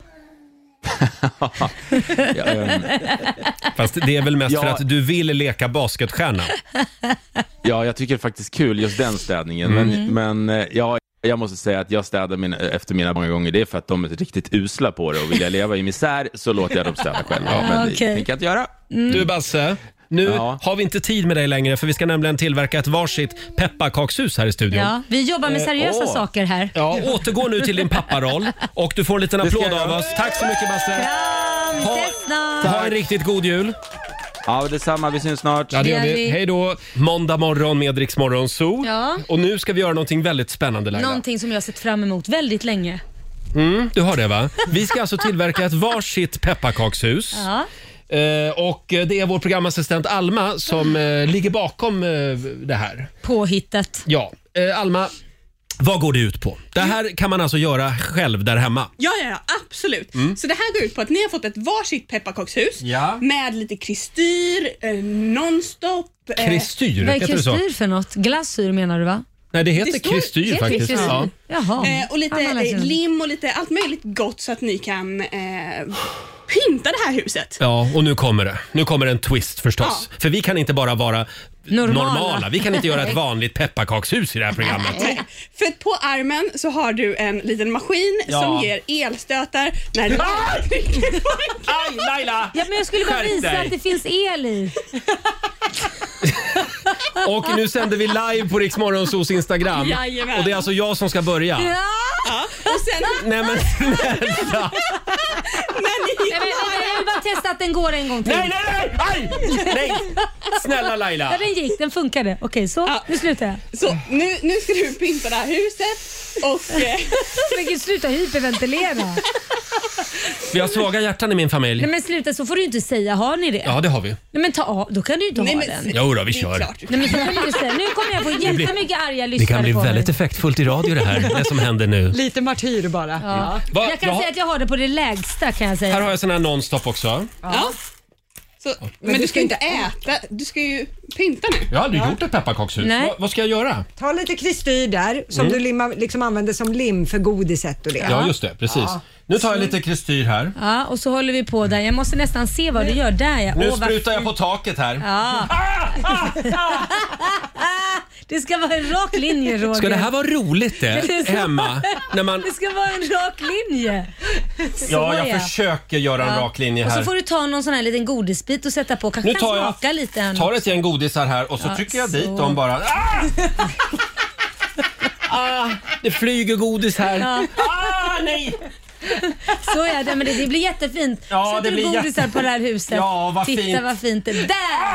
Ja, ähm, Fast det är väl mest Ja. för att du vill leka basketstjärna. ja, jag tycker det är faktiskt kul just den städningen. Men, men eh, ja, Jag måste säga att jag städar mina, efter mina många gånger. Det är för att de är riktigt usla på det. Och vill jag leva i misär så låter jag dem städa själva. Ja, men okay. det tänker jag inte göra. Mm. Du Basse, nu ja. har vi inte tid med dig längre för vi ska nämligen tillverka ett varsitt pepparkakshus här i studion. Ja, vi jobbar med seriösa eh, saker här. Ja, återgå nu till din papparoll och du får en liten applåd av oss. Tack så mycket Basse. Kram, ha, ses snart. ha en riktigt god jul. Ja, detsamma. Vi syns snart. Ja, det gör vi. Hej då. Måndag morgon med Rix Morgon Zoo. Ja. Och nu ska vi göra någonting väldigt spännande, Laila. Någonting som jag har sett fram emot väldigt länge. Mm, du har det va? Vi ska alltså tillverka ett varsitt pepparkakshus. Ja. Eh, och det är vår programassistent Alma som eh, ligger bakom eh, det här. Påhittet. Ja, eh, Alma, vad går det ut på? Det här kan man alltså göra själv där hemma? Ja, ja, ja absolut. Mm. Så det här går ut på att ni har fått ett varsitt pepparkakshus ja. med lite kristyr, eh, nonstop. Eh. Kristyr? Vad är kristyr för något? Glasyr menar du va? Nej, det heter det står, kristyr det faktiskt. Kristyr. Ja. Jaha. Eh, och lite eh, lim och lite allt möjligt gott så att ni kan eh, pynta det här huset. Ja, och nu kommer det. Nu kommer en twist förstås. Ja. För vi kan inte bara vara normala. normala. Vi kan inte göra ett vanligt pepparkakshus i det här programmet. Nej. För på armen så har du en liten maskin ja. som ger elstötar när du trycker på en knapp. Aj, Laila! Ja, men jag skulle bara visa dig att det finns el i. Och nu sänder vi live på Rix Morgonzoos Instagram. Jajamän. Och det är alltså jag som ska börja. Ja. Ja. Och sen... Nej men snälla. Men ni... jag, vill, jag vill bara testa att den går en gång till. Nej, nej, nej! Aj! Nej! Snälla Laila. Ja, den gick, den funkade. Okej, så ja. nu slutar jag. Så nu, nu ska du pynta det här huset och... Men sluta hyperventilera. Vi har svaga hjärtan i min familj. Nej men sluta, så får du inte säga. Har ni det? Ja, det har vi. Nej men ta av, då kan du inte Nej, ha men, den. Jo då, vi kör. Nej men så kan du inte säga. Nu kommer jag få jättemycket arga lyssnare. Det kan bli på väldigt mig. effektfullt i radio det här, det som händer nu. Lite martyr bara. Ja. Ja. Va? Jag kan jag säga har... att jag har det på det lägsta kan jag säga. Här har jag sån här nonstop också. Ja. Så, men, men du, du ska inte äta, du ska ju pynta nu. Jag har aldrig ja. gjort ett pepparkakshus. Va, vad ska jag göra? Ta lite kristyr där som mm. du limma, liksom använder som lim för godiset och det. Ja, just det. Precis. Ja. Nu tar jag lite kristyr här. Ja, och så håller vi på där. Jag måste nästan se vad du gör där. Jag. Nu Åh, sprutar jag på taket här. Ja. Ah, ah, ah. Det ska vara en rak linje, Roger. Ska det här vara roligt det, det ska, hemma? När man... Det ska vara en rak linje. Så ja, jag ja. försöker göra en ja. rak linje här. Och så får du ta någon sån här liten godisbit och sätta på. Kanske nu tar jag smaka lite än tar ett gäng godisar här och så ja, trycker jag så. dit dem bara. Ah! Ah, det flyger godis här. Ja. Ah, nej! Så är det, men det, det blir jättefint. Ja, sätter det du blir godisar jätte... på det här huset. Ja, vad Titta fint. vad fint det är. Där!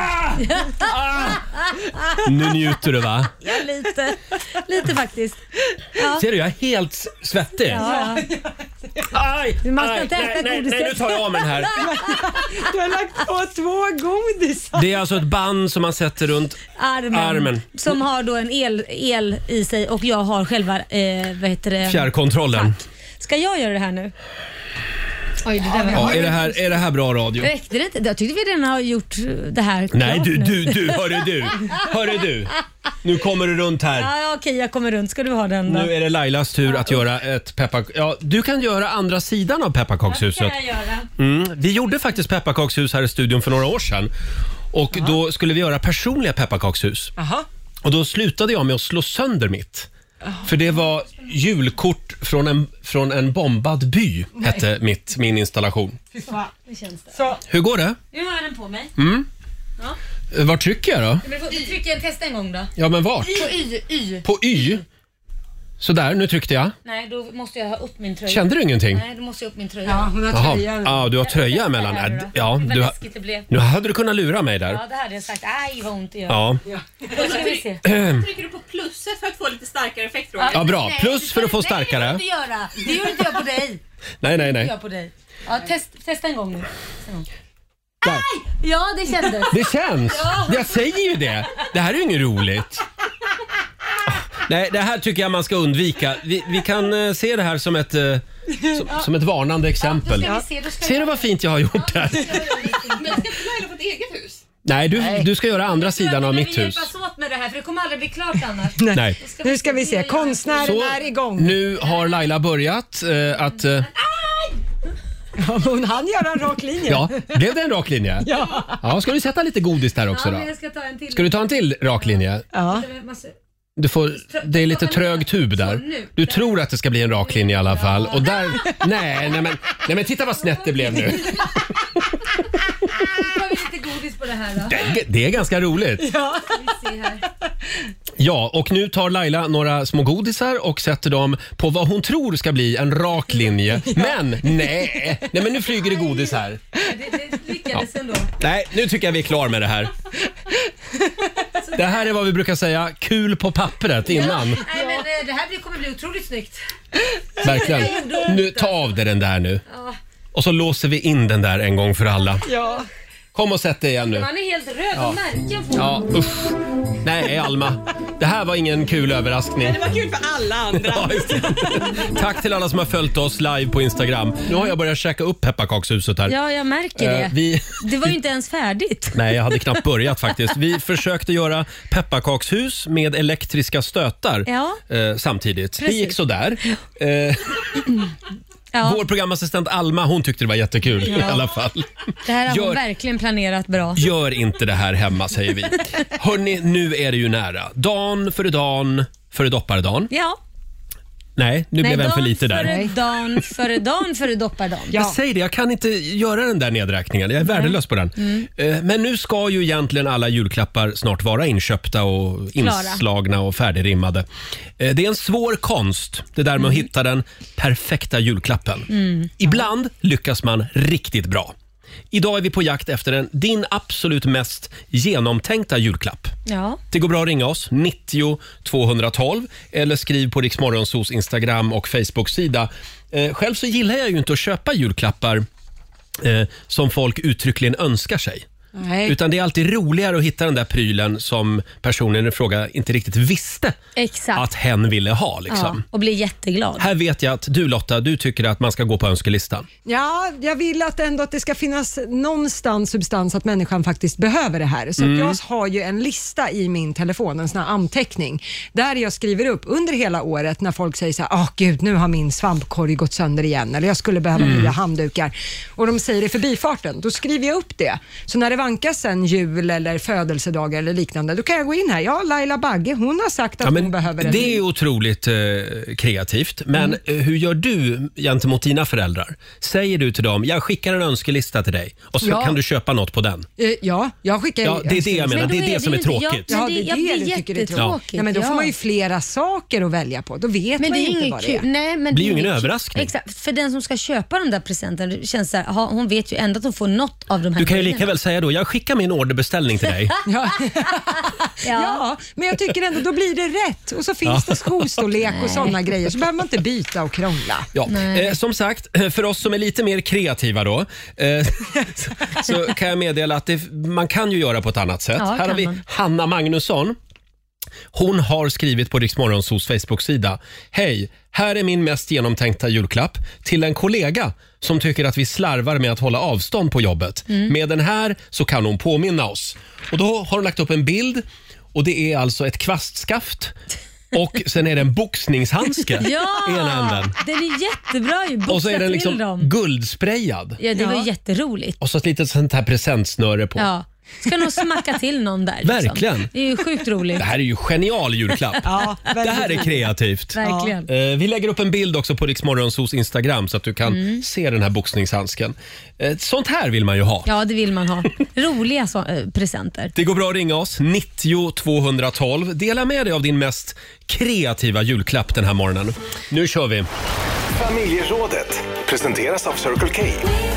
Ah! Ah! Nu njuter du va? Ja, lite. Lite faktiskt. Ja. Ser du, jag är helt svettig. Ja, ja. Aj, man ska aj, inte äta nej, nej, godiset. nej, nu tar jag av mig den här. Du har lagt på två godisar. Det är alltså ett band som man sätter runt armen. armen. Som har då en el, el i sig och jag har själva eh, vad heter det? Fjärrkontrollen. Tack. Ska jag göra det här nu? Oj, det där var ja, är, det här, är det här bra radio? Räckte det inte? Jag tyckte vi redan har gjort det här. Nej, du, du, du, hörru du. Hörru du. Nu kommer du runt här. Ja, okej, jag kommer runt. Ska du ha den då? Nu är det Lailas tur att göra ett peppark... Ja, du kan göra andra sidan av pepparkakshuset. Ja, det kan jag göra. Mm, vi gjorde faktiskt pepparkakshus här i studion för några år sedan. Och Aha. då skulle vi göra personliga pepparkakshus. Aha. Och då slutade jag med att slå sönder mitt. För det var julkort från en, från en bombad by, Nej. hette mitt, min installation. Så, det känns det. Så. Hur går det? Nu har jag den på mig. Mm. Ja. Var trycker jag då? Trycker jag testa en gång då? Ja, men vart? På Y. y. På Y? Så där, nu tryckte jag. Nej, då måste jag ha upp min tröja. Kände du ingenting? Nej, då måste jag upp min tröja. Ja, hon har tröja. Ja, du har tröja emellan. Här, ja, det du var har, läskigt det blev. nu hade du kunnat lura mig där. Ja, det hade jag sagt. Aj, vad ont det gör. Ja. Ja. Då ska vi se. Trycker du på plusset för att få lite starkare effekt, Roger? Ja, bra. Plus för att få starkare. Nej, det gör du inte göra. Det gör inte jag på dig. Nej, nej, nej. Det gör på dig. Ja, test, testa en gång nu. Där. Aj! Ja, det kändes. Det känns. Ja. Jag säger ju det. Det här är ju inget roligt. Nej, det här tycker jag man ska undvika. Vi, vi kan uh, se det här som ett, uh, som, som ett varnande exempel. Ja, se, Ser du vad fint jag har gjort här? Men ska inte Laila få ett eget hus? Nej, du, du ska göra andra sidan av mitt hus. Vi hjälpas åt med det här för det kommer aldrig bli klart annars. Nej. Ska nu ska vi se, konstnären Så, är igång. Nu har Laila börjat uh, att... Uh, Ja, hon hann göra en rak linje. Ja, blev det en rak linje? Ja. Ja, ska du sätta lite godis där också ja, då? Men jag ska ta en till. Ska du ta en till rak linje? Ja. Du får, det är lite trög tub där. Du tror att det ska bli en rak linje i alla fall. Och där, nej, nej, men, nej men titta vad snett det blev nu. Tar vi lite godis på det här då? Det, det är ganska roligt. Ja. Vi ser här. Ja, och nu tar Laila några små godisar och sätter dem på vad hon tror ska bli en rak linje. Men nej, nej men nu flyger det godis här. Det, det lyckades ja. ändå. Nej, nu tycker jag vi är klar med det här. Det här är vad vi brukar säga, kul på pappret innan. Ja. Nej, men det här kommer bli otroligt snyggt. Verkligen. Nu, ta av dig den där nu. Ja. Och så låser vi in den där en gång för alla. Ja. Kom och sätt dig igen nu. Man är helt röd ja. och märken på. Ja, usch. Nej, Alma. Det här var ingen kul överraskning. Det var kul för alla andra. Ja, tack till alla som har följt oss live på Instagram. Nu har jag börjat käka upp pepparkakshuset här. Ja, jag märker det. Uh, vi... Det var ju inte ens färdigt. Nej, jag hade knappt börjat faktiskt. Vi försökte göra pepparkakshus med elektriska stötar ja. uh, samtidigt. Precis. Det gick så där. Uh, Ja. Vår programassistent Alma, hon tyckte det var jättekul ja. i alla fall. Det här har gör, hon verkligen planerat bra. Gör inte det här hemma, säger vi. Hörrni, nu är det ju nära. Dan före dan före doppardagen. Ja. Nej, nu Nej, blev en för lite där. Nej, dan före dan före doppardagen. Ja. Jag säger det, jag kan inte göra den där nedräkningen. Jag är värdelös på den. Mm. Men nu ska ju egentligen alla julklappar snart vara inköpta och inslagna och färdigrimmade. Det är en svår konst, det där med mm. att hitta den perfekta julklappen. Mm. Ibland lyckas man riktigt bra. Idag är vi på jakt efter en, din absolut mest genomtänkta julklapp. Ja. Det går bra att ringa oss, nittio tvåhundratolv eller skriv på Rix Morgonzos Instagram och Facebook-sida. Eh, själv så gillar jag ju inte att köpa julklappar eh, som folk uttryckligen önskar sig. Nej. Utan det är alltid roligare att hitta den där prylen som personen i fråga inte riktigt visste Exakt. att hen ville ha. Liksom. Ja, och bli jätteglad. Här vet jag att du Lotta, du tycker att man ska gå på önskelistan. Ja, jag vill att ändå att det ska finnas någonstans substans att människan faktiskt behöver det här. Så mm. jag har ju en lista i min telefon, en sån här anteckning, där jag skriver upp under hela året när folk säger så här, åh gud, nu har min svampkorg gått sönder igen, eller jag skulle behöva mm. nya handdukar. Och de säger det förbi farten, då skriver jag upp det. Så när det vankas sen jul eller födelsedagar eller liknande, då kan jag gå in här. Ja, Laila Bagge, hon har sagt att ja, hon behöver en. Det är otroligt eh, kreativt. Men mm. hur gör du gentemot dina föräldrar? Säger du till dem, jag skickar en önskelista till dig och så ja. kan du köpa något på den? Eh, ja, jag skickar. Ja, det är det jag menar. Det är det, det som är tråkigt. Ja, det är det du tycker är tråkigt. Ja. Men då får man ju flera saker att välja på. Då vet men man det är inte vad det är. Nej, men det blir ju ingen kul. överraskning. Exakt, för den som ska köpa de där presenten, det känns så här, hon vet ju ändå att hon får något av de här. Du kan ju lika väl säga då, jag skickar min orderbeställning till dig. ja. ja, men jag tycker ändå, då blir det rätt. Och så finns det skostorlek och sådana grejer, så behöver man inte byta och krångla. Ja. Eh, som sagt, för oss som är lite mer kreativa då, eh, så kan jag meddela att det, man kan ju göra på ett annat sätt. Ja, här har vi man. Hanna Magnusson. Hon har skrivit på Rix Morgonzos Facebook-sida: hej, här är min mest genomtänkta julklapp till en kollega som tycker att vi slarvar med att hålla avstånd på jobbet. Mm. Med den här så kan hon påminna oss. Och då har hon lagt upp en bild och det är alltså ett kvastskaft och sen är det en boxningshandske ja, i ena änden. Den är jättebra ju. Och så är den liksom guldsprayad. Ja, det ja. var jätteroligt. Och så ett litet sånt här presentsnöre på. Ja. Ska nog smacka till någon där. Liksom. Verkligen. Det är ju sjukt roligt. Det här är ju genial julklapp. ja, det här är kreativt. Verkligen. Ja. Eh, vi lägger upp en bild också på Rix Morgonzos Instagram så att du kan mm. se den här boxningshandsken. Eh, sånt här vill man ju ha. Ja, det vill man ha. Roliga så, eh, presenter. Det går bra att ringa oss, nittio tvåhundratolv. Dela med dig av din mest kreativa julklapp den här morgonen. Nu kör vi. Familjerådet presenteras av Circle K.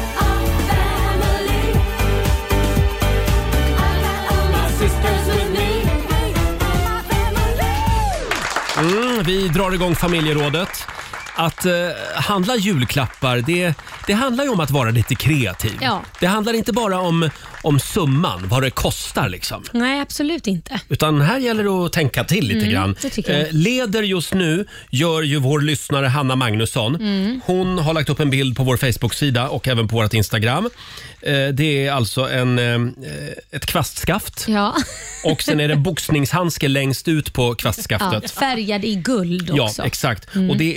Mm, vi drar igång familjerådet. Att eh, handla julklappar, det, det handlar ju om att vara lite kreativ. Ja. Det handlar inte bara om, om summan, vad det kostar liksom. Nej, absolut inte. Utan här gäller det att tänka till lite mm, grann. Eh, leder just nu gör ju vår lyssnare Hanna Magnusson. Mm. Hon har lagt upp en bild på vår Facebook-sida och även på vårt Instagram. Eh, det är alltså en, eh, ett kvastskaft. Ja. Och sen är det en boxningshandske längst ut på kvastskaftet. Ja, färgad i guld också. Ja, exakt. Mm. Och det, är, det här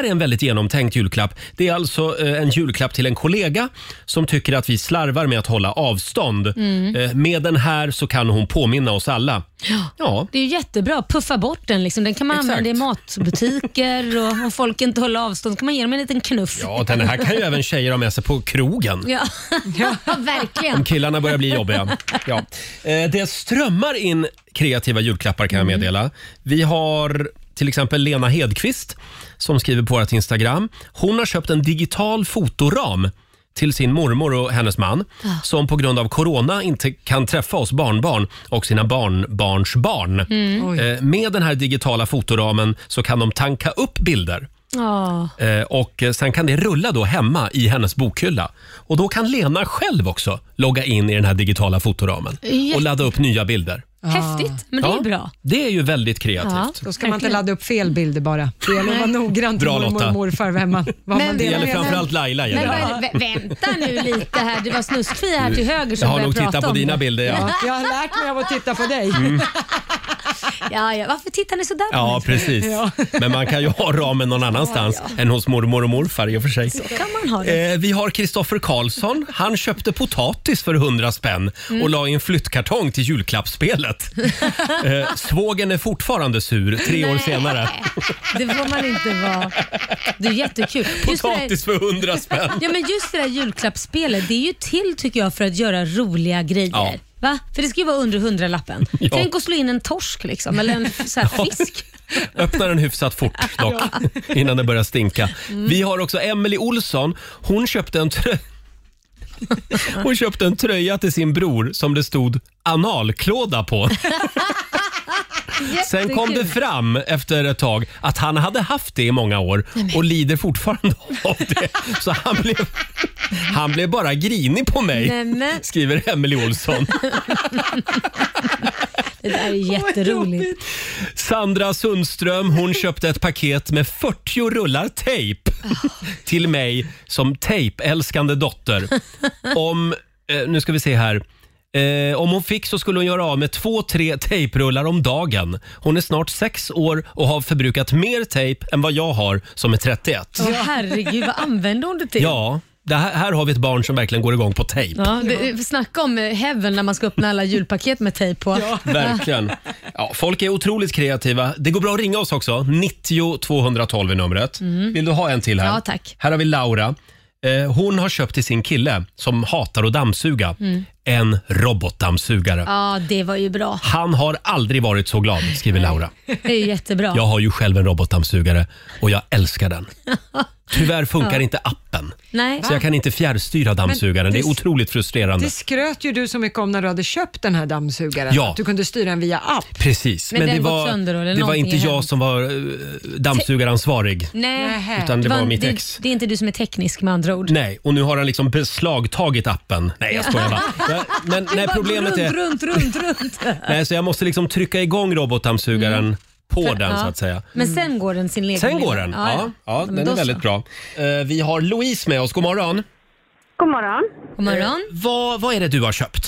här är en väldigt genomtänkt julklapp. Det är alltså eh, en julklapp till en kollega som tycker att vi slarvar med att hålla avstånd. Mm. Eh, med den här så kan hon påminna oss alla. Ja. Det är ju jättebra. Puffa bort den. Liksom. Den kan man Exakt. använda i matbutiker och om folk inte håller avstånd kan man ge dem en liten knuff. Ja, den här kan ju även tjejer ha med sig på krogen. Ja, ja verkligen. Om killarna börjar bli jobbiga. Ja. Eh, det strömmar in kreativa julklappar kan jag meddela. Vi har till exempel Lena Hedqvist som skriver på vårt Instagram. Hon har köpt en digital fotoram till sin mormor och hennes man Ja. som på grund av corona inte kan träffa oss barnbarn och sina barnbarnsbarn. Mm. Eh, med den här digitala fotoramen så kan de tanka upp bilder. Ja. Eh, och sen kan det rulla då hemma i hennes bokhylla. Och då kan Lena själv också logga in i den här digitala fotoramen Jätte- och ladda upp nya bilder. Häftigt, men det är Ja, bra. Det är ju väldigt kreativt. Ja. Då ska man inte ladda upp fel bilder bara. Det gäller att vara noggrann till Bra, mormor Lotta. och morfar vem man, vad Men- man Det delar gäller med sig. framförallt Laila. Men Gäller. vad är det? Vä- vänta nu lite här. Det var snuskfria här till höger som Jag har började nog prata tittat på om dina det. bilder. Ja. Ja, jag har lärt mig av att titta på dig. Ja, ja. Varför tittar ni sådär på Ja, mig? precis. Men man kan ju ha ramen någon annanstans än hos mormor och morfar i och för sig. Så kan man ha det. Eh, vi har Kristoffer Karlsson. Han köpte potatis för hundra spänn och la i en flyttkartong till julklappsspelet. eh, svågen är fortfarande sur tre år Nej. senare. Det får man inte vara. Det är jättekul. Just det där- Potatis för hundra spänn. Ja, men just det där julklappsspelet, det är ju till tycker jag för att göra roliga grejer. Ja. Va? För det ska ju vara under hundralappen. Ja. Tänk att slå in en torsk liksom, eller en så här fisk. Öppna den hyfsat fort dock, innan det börjar stinka. Vi har också Emily Olsson. Hon köpte en tröja. Hon köpte en tröja till sin bror som det stod analklåda på. Sen kom det fram efter ett tag att han hade haft det i många år och lider fortfarande av det. Så han blev, han blev bara grinig på mig, Nej, men- skriver Emily Olsson. Det där är jätteroligt. Sandra Sundström, hon köpte ett paket med fyrtio rullar tejp till mig som tejpälskande dotter. Om, eh, nu ska vi se här. Eh, om hon fick så skulle hon göra av med två, tre tejprullar om dagen. Hon är snart sex år och har förbrukat mer tejp än vad jag har som är trettioett. Åh herregud, vad använder hon det till? Ja, det här, här har vi ett barn som verkligen går igång på tejp. Ja, det, snacka om eh, heaven när man ska öppna alla julpaket med tejp på. Ja. Verkligen. Ja, folk är otroligt kreativa. Det går bra att ringa oss också. nittio tvåhundratolv är numret. Vill du ha en till här? Ja, tack. Här har vi Laura. Eh, hon har köpt till sin kille som hatar att dammsuga en robotdammsugare. Ja, det var ju bra. Han har aldrig varit så glad, skriver Laura. Det är ju jättebra. Jag har ju själv en robotdammsugare och jag älskar den. Tyvärr funkar inte appen. Nej. Så jag kan inte fjärrstyra dammsugaren. Det är det- otroligt frustrerande. Det skröt ju du så mycket om när du hade köpt den här dammsugaren. Ja. Att du kunde styra den via app. Precis, Men men, den det gått var, sönder då, eller det var någonting inte är jag hemskt. som var uh, dammsugaransvarig. Nej, Nähä. Utan det var mitt det, ex. det är inte du som är teknisk med andra ord. Nej, och nu har han liksom beslagtagit appen. Nej, jag skojar bara. Ja, Men nej, problemet är... Runt, runt, runt, runt. Nej, så jag måste liksom trycka igång robotdammsugaren på För- den ja. så att säga. Men sen går den sin egen Sen lilla- går den. Ja, ja, Men den då är så. väldigt bra. Eh, vi har Louise med oss. God morgon. God morgon. God morgon. Vad, vad är det du har köpt?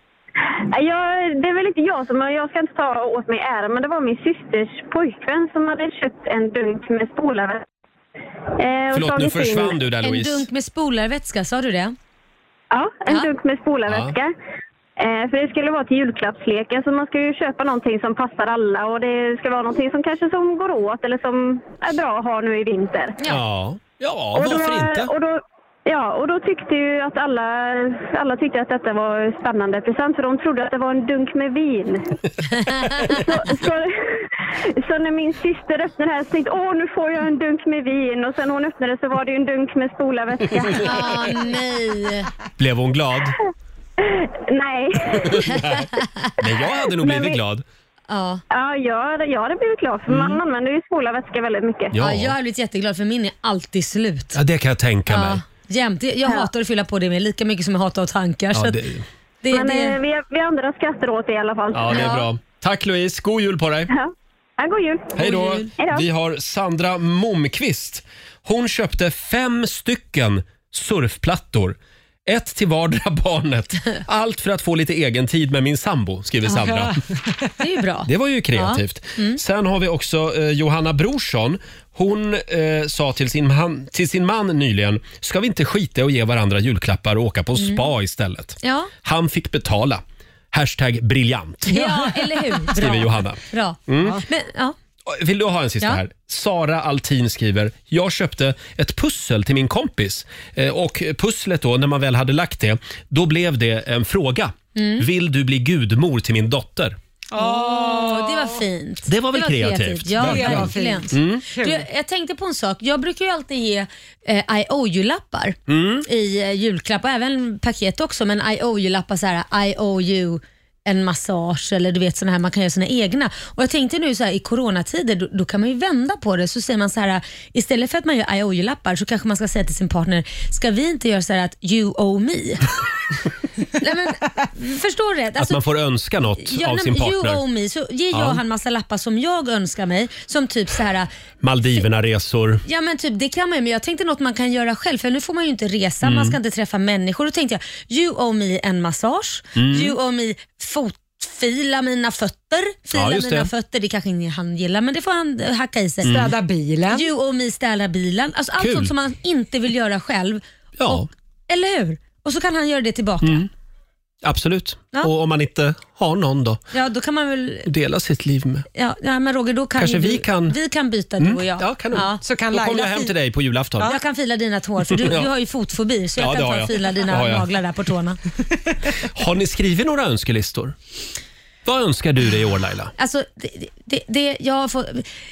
Jag, det är väl inte jag som, jag ska inte ta åt mig äran, men det var min systers pojkvän som hade köpt en dunk med spolarvätska. Eh, och Förlåt, nu tagit in- försvann du där En Louise. dunk med spolarvätska, sa du det? Ja, en Ja. dunk med spolarvätska. Eh, för det skulle vara till julklappsleken, så man ska ju köpa någonting som passar alla och det ska vara någonting som kanske som går åt eller som är bra att ha nu i vinter. Ja, ja Och då- varför inte? Och då, ja, och då tyckte ju att alla, alla tyckte att detta var en spännande present, för de trodde att det var en dunk med vin. så, så, så när min syster öppnade det här så tänkte åh, nu får jag en dunk med vin, och sen hon öppnade så var det ju en dunk med spolarvätska. Ah, nej. Blev hon glad? Nej. Men jag hade nog Men blivit vi- glad. Ja. Ja, jag hade, jag hade blivit glad, för man använder ju spolarvätska väldigt mycket. Ja. Ja, jag har blivit jätteglad för min är alltid slut. Ja, det kan jag tänka mig. Ja, jämt. Jag hatar att fylla på det med lika mycket som jag hatar att tanka. så Ja, att det, det, Men det, eh, vi, vi andra skrattar åt det i alla fall. ja, det är bra. Tack Louise, god jul på dig. Ja. Ja, god jul. Hej då. God jul. Hej då. Vi har Sandra Momqvist. Hon köpte fem stycken surfplattor. Ett till vardera barnet. Allt för att få lite egen tid med min sambo, skriver Sandra. Det är ju bra. Det var ju kreativt. Ja. Mm. Sen har vi också eh, Johanna Brorsson. Hon eh, sa till sin, man, till sin man nyligen, ska vi inte skita och ge varandra julklappar och åka på Mm. spa istället? Ja. Han fick betala. Hashtag briljant. Ja, eller hur? Bra. Skriver Johanna. Bra. Mm. Men, ja. Vill du ha en sista Ja. här? Sara Altin skriver, jag köpte ett pussel till min kompis eh, och pusslet då, när man väl hade lagt det, då blev det en fråga. Mm. Vill du bli gudmor till min dotter? Åh, det var fint. Det var väl kreativt? Ja, Verkligen. verkligen. Mm. Du, jag, jag tänkte på en sak. Jag brukar ju alltid ge eh, I owe you-lappar Mm. i eh, julklapp och även paket också. Men I owe you-lappar så här, I owe you en massage eller du vet såna här, man kan göra sina egna. Och jag tänkte nu så här, i coronatider då, då kan man ju vända på det, så säger man så här, istället för att man gör I owe you-lappar så kanske man ska säga till sin partner, ska vi inte göra så här att you owe me? Nej, men, förstår du rätt? Att man får önska något ja, av nej, sin men partner. You owe me, så ger jag Ja. han massa lappar som jag önskar mig, som typ så här. Maldiverna-resor. Ja men typ det kan man ju, men jag tänkte något man kan göra själv, för nu får man ju inte resa, Mm. man ska inte träffa människor. Då tänkte jag, you owe me en massage, Mm. you owe me fotfila mina fötter, fila Ja, just mina det. fötter, det kanske ingen han gillar, men det får han eh, hacka i sig. Mm. Städa bilen. You owe me städa bilen, alltså allt Kul. sånt som man inte vill göra själv. Ja. Och, eller hur? Och så kan han göra det tillbaka. Mm. Absolut. Ja. Och om man inte har någon då, Ja, då kan man väl... dela sitt liv med. Ja, ja men Roger, då kan Kanske ju vi du, kan- vi kan byta Mm. du och jag. Ja, kanon. Så kan Då kommer Laila jag hem fi- till dig på julafton. Jag kan fila dina tår, för du, Ja. du har ju fotfobi, så jag Ja, det kan har ta och jag. fila Det dina har jag. naglar där på tårna. Har ni skrivit några önskelistor? Vad önskar du dig i år, Laila? Alltså, det, det, det, jag får,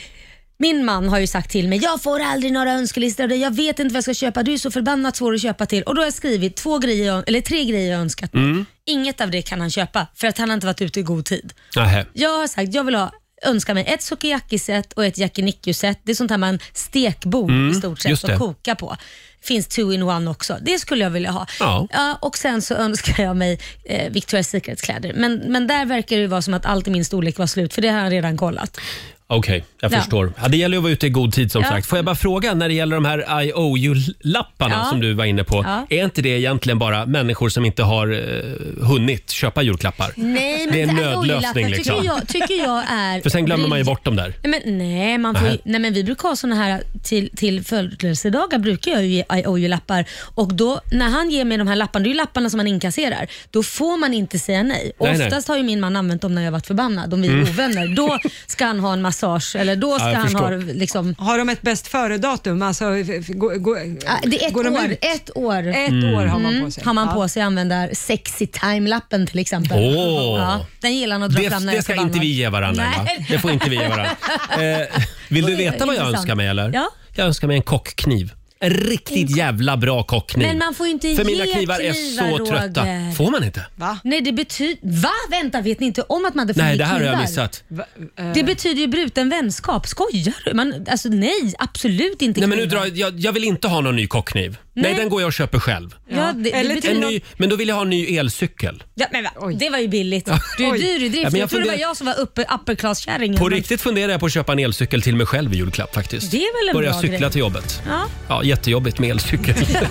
min man har ju sagt till mig, jag får aldrig några önskelistor, jag vet inte vad jag ska köpa, du är så förbannat svår att köpa till. Och då har jag skrivit två grejer, eller tre grejer jag önskat mig. Mm. Inget av det kan han köpa, för att han har inte varit ute i god tid. Nähä. Jag har sagt, jag vill ha önska mig ett sukiyaki-set och ett yakiniku-set. Det är sånt här man stekbord Mm, i stort sett just och det. kokar på. Finns two in one också. Det skulle jag vilja ha. Ja. Ja, och sen så önskar jag mig eh, Victoria's Secret-kläder. Men, men där verkar det vara som att allt i min storlek var slut, för det har han redan kollat. Okej, jag Ja. förstår. Ja, det gäller ju att vara ute i god tid som Ja. sagt. Får jag bara fråga, när det gäller de här I owe you-lapparna Ja. som du var inne på. Ja. Är inte det egentligen bara människor som inte har eh, hunnit köpa julklappar? Nej, men det är en I owe you-lappar nödlösning liksom. Tycker jag, tycker jag är... För sen glömmer man ju bort dem där. Nej, men, nej, man får ju, Nähä. nej men vi brukar ha såna här till, till födelsedagar brukar jag ju ge I owe you-lappar, och då när han ger mig de här lapparna, det är ju lapparna som man inkasserar, då får man inte säga nej. Och Nej, nej. oftast har ju min man använt dem när jag varit förbannad, om vi är Mm. ovänner. Då ska han ha en massage, eller då ska Ja, jag han ha förstår. liksom... Har de ett bäst före-datum? Alltså, f- f- gå, gå, Ja, det är ett går de år. ut? Ett år. Ett år har man Mm, på sig. Har man Ja. på sig att använda sexy time-lappen till exempel. Åh. Ja, den gillar han att dra Det, fram när jag det är ska förbannad. inte vi ge varandra. Va? Nej. Det får inte vi ge varandra. Eh, vill du Det är veta vad jag intressant. önskar mig eller? Ja. Jag önskar mig en kockkniv. En riktigt jävla bra kockkniv. Men man får ju inte För ge mina knivar är knivar, så trötta. Roger. Får man inte? Va? Nej, det betyder... Va? Vänta, vet ni inte om att man inte får Nej, ge det här har jag knivar? missat. Det betyder ju bruten vänskap. Skojar du? Man, alltså nej, absolut inte Nej, men nu knivar. drar, jag, jag vill inte ha någon ny kockkniv. Nej, Nej. den går jag och köper själv. Ja, det, Eller det till En betyder... ny, men då vill jag ha en ny elcykel. Ja, men va? Det var ju billigt. Du är Oj. dyr i drift. Ja, men jag jag trodde det var funderar- jag som var uppe, upper class-kärringen. På Men- riktigt funderar jag på att köpa en elcykel till mig själv i julklapp faktiskt. Det är väl en Börja bra cykla grej. till jobbet. Ja. Ja, jättejobbigt med elcykel.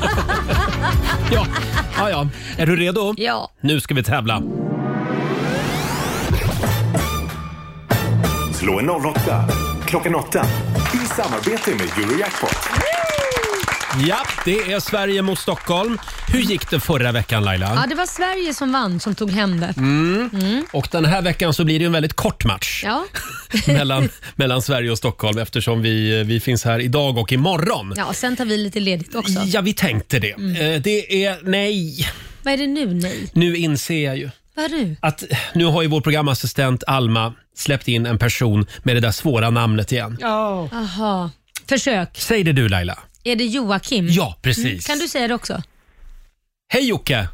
ja. Ja, ja. Är du redo? Ja. Nu ska vi tävla. Slå en noll åtta klockan åtta i samarbete med Eurojackpot. Ja, det är Sverige mot Stockholm. Hur gick det förra veckan, Laila? Ja, det var Sverige som vann, som tog hem det. Mm. Mm. Och den här veckan så blir det ju en väldigt kort match Ja. mellan, mellan Sverige och Stockholm eftersom vi, vi finns här idag och imorgon. ja, sen tar vi lite ledigt också. Ja, vi tänkte det. Eh, Det är, nej, Vad är det nu, nej? nu inser jag ju Vad är du? att nu har ju vår programassistent Alma släppt in en person med det där svåra namnet igen. Ja. Aha. Försök. Säg det du, Laila. Är det Joakim? Ja, precis. Mm. Kan du säga det också? Hej Jocke!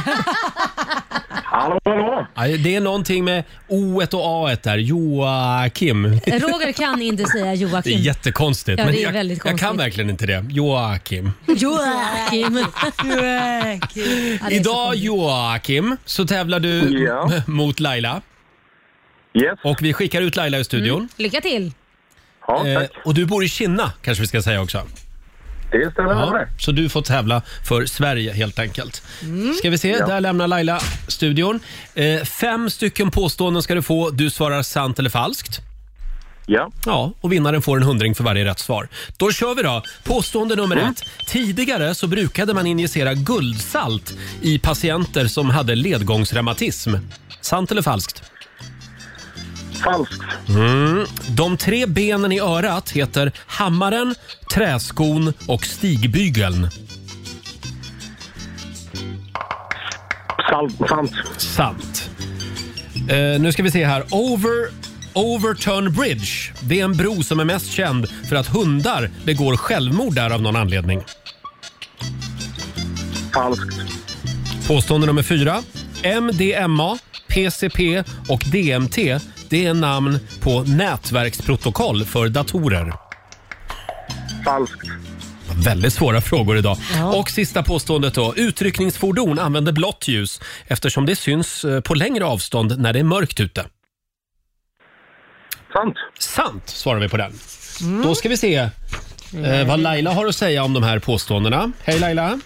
Hallå, hallå! Ja, det är någonting med O och A där. Joakim. Roger kan inte säga Det är Joakim. jättekonstigt. Ja, men det är jag, väldigt jag kan konstigt. verkligen inte det. Joakim. Joakim. Joakim. Ja, det är så Idag konstigt. Joakim så tävlar du Ja. mot Laila. Yes. Och vi skickar ut Laila i studion. Mm. Lycka till. Ja, Eh, tack. och du bor i Kinna kanske vi ska säga också. Det stämmer Ja, med. så du får tävla för Sverige helt enkelt. Mm. Ska vi se, Ja. där lämnar Laila studion. Eh, fem stycken påståenden ska du få. Du svarar sant eller falskt. Ja. Ja, och vinnaren får en hundring för varje rätt svar. Då kör vi då. Påstående nummer Mm. ett. Tidigare så brukade man injicera guldsalt i patienter som hade ledgångsreumatism. Sant eller falskt? Falskt. Mm. De tre benen i örat heter hammaren, träskon och stigbygeln. Salt, sant. Sant. Eh, nu ska vi se här. Over, Overturn Bridge. Det är en bro som är mest känd för att hundar begår självmord där av någon anledning. Falskt. Påstående nummer fyra. M D M A, P C P och D M T, det är namn på nätverksprotokoll för datorer. Falskt. Väldigt svåra frågor idag. Ja. Och sista påståendet då. Utryckningsfordon använder blått ljus eftersom det syns eh, på längre avstånd när det är mörkt ute. Sant. Sant svarar vi på den. Då ska vi se eh, vad Laila har att säga om de här påståendena. Hej Laila.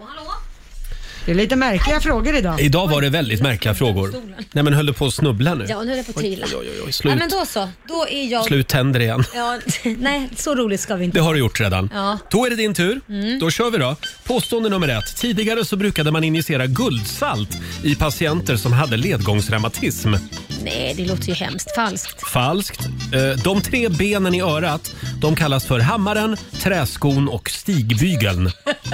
Det är lite märkliga frågor idag. Idag var det väldigt märkliga frågor. Nej men höll du på att snubbla nu? Ja, nu är det på trilla. Oj, oj, oj, oj. Ja, Slut, men då så. Då är jag... slut tänder igen. Ja, nej, så roligt ska vi inte. Det har du gjort redan. Ja. Då är det din tur. Mm. Då kör vi då. Påstående nummer ett. Tidigare så brukade man injicera guldsalt i patienter som hade ledgångsreumatism. Nej, det låter ju hemskt. Falskt. Falskt. Eh, De tre benen i örat, de kallas för hammaren, träskon och stigbygeln.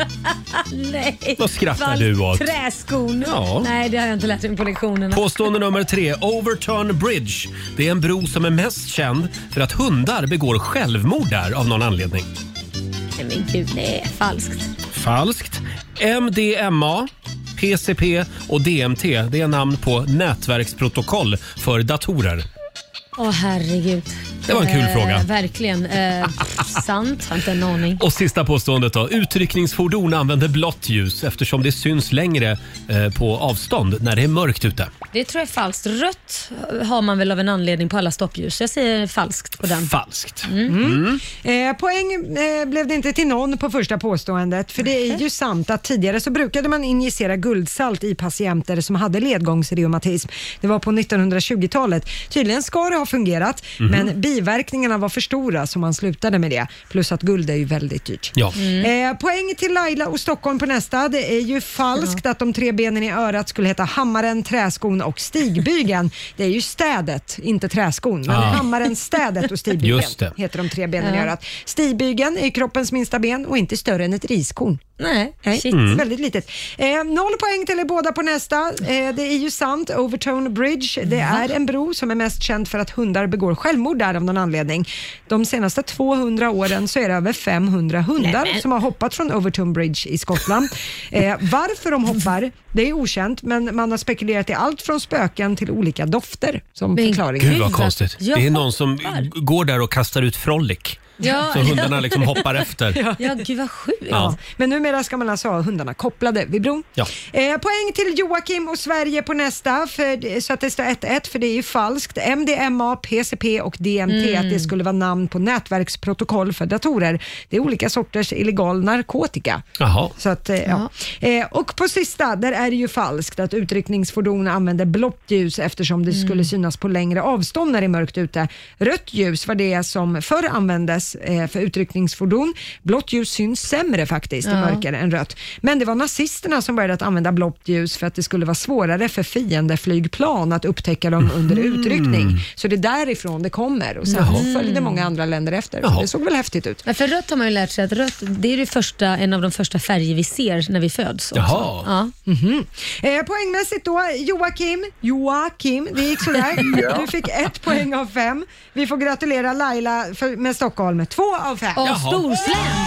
Nej. Vad skrattar Falskt. du åt? Träskon. Ja. Nej, det har jag inte lärt mig på lektionerna. Påstående nummer tre. Overturn Bridge. Det är en bro som är mest känd för att hundar begår självmord där av någon anledning. Nej, men gud, nej. Falskt. Falskt. M D M A, P C P och D M T, det är namn på nätverksprotokoll för datorer. Åh, herregud. Det var en kul eh, fråga. Verkligen. Eh, sant. Har inte en aning. Och sista påståendet då. Utryckningsfordon använder blått ljus eftersom det syns längre eh, på avstånd när det är mörkt ute. Det tror jag är falskt. Rött har man väl av en anledning på alla stoppljus. Jag säger falskt på den. Falskt. Mm. Eh, poäng eh, blev det inte till någon på första påståendet, för det är ju sant att tidigare så brukade man injicera guldsalt i patienter som hade ledgångsreumatism. Det var på nittonhundratjugotalet. Tydligen ska det ha fungerat, Mhm. men biverkningarna var för stora så man slutade med det. Plus att guld är ju väldigt dyrt. Ja. Eh, poäng till Laila och Stockholm på nästa. Det är ju falskt att de tre benen i örat skulle heta hammaren, träskon och stigbygeln. Det är ju städet, inte träskon. Men Ah. hammaren, städet och stigbygeln Just det. heter de tre benen i Ja. örat. Stigbygeln är kroppens minsta ben och inte större än ett riskorn. Nej, Nej, shit. Mm. väldigt litet. Eh, noll poäng till er båda på nästa. Eh, det är ju sant. Overturn Bridge. Det är en bro som är mest känd för att hundar begår självmord där av någon anledning. De senaste tvåhundra åren så är det över femhundra hundar Nej, men- som har hoppat från Overturn Bridge i Skottland. Eh, varför de hoppar, det är okänt, men man har spekulerat i allt från spöken till olika dofter som Men förklaring. Gud vad konstigt. Jag Det är någon som hoppar. g- går där och kastar ut frolic. Ja, Så hundarna liksom hoppar efter. ja, gud vad sjukt. Ja. Men numera ska man alltså ha hundarna kopplade vid bron. Ja. Eh, poäng till Joakim och Sverige på nästa, för, så att det står ett ett, för det är ju falskt. M D M A, P C P och D M T, Mm. att det skulle vara namn på nätverksprotokoll för datorer. Det är olika sorters illegal narkotika. Jaha. Så att, eh, ja. Eh, och på sista, där är det ju falskt att utryckningsfordon använder blått ljus eftersom det skulle synas på längre avstånd när det är mörkt ute. Rött ljus var det som förr användes eh, för utryckningsfordon. Blått ljus syns sämre faktiskt i Ja. mörker än rött. Men det var nazisterna som började att använda blått ljus för att det skulle vara svårare för fiendeflygplan att upptäcka dem under utryckning. Så det är därifrån det kommer och sen Jaha. följde många andra länder efter. Jaha. Det såg väl häftigt ut. Ja, för rött har man ju lärt sig att rött, det är det första, en av de första färger vi ser när vi föds. Också. Jaha. Ja. Mhm. Eh, poängmässigt då, Joakim, Joakim, det gick sådär. Ja. Du fick ett poäng av fem. Vi får gratulera Laila för, med Stockholm, två av fem. Och Jaha. storslän!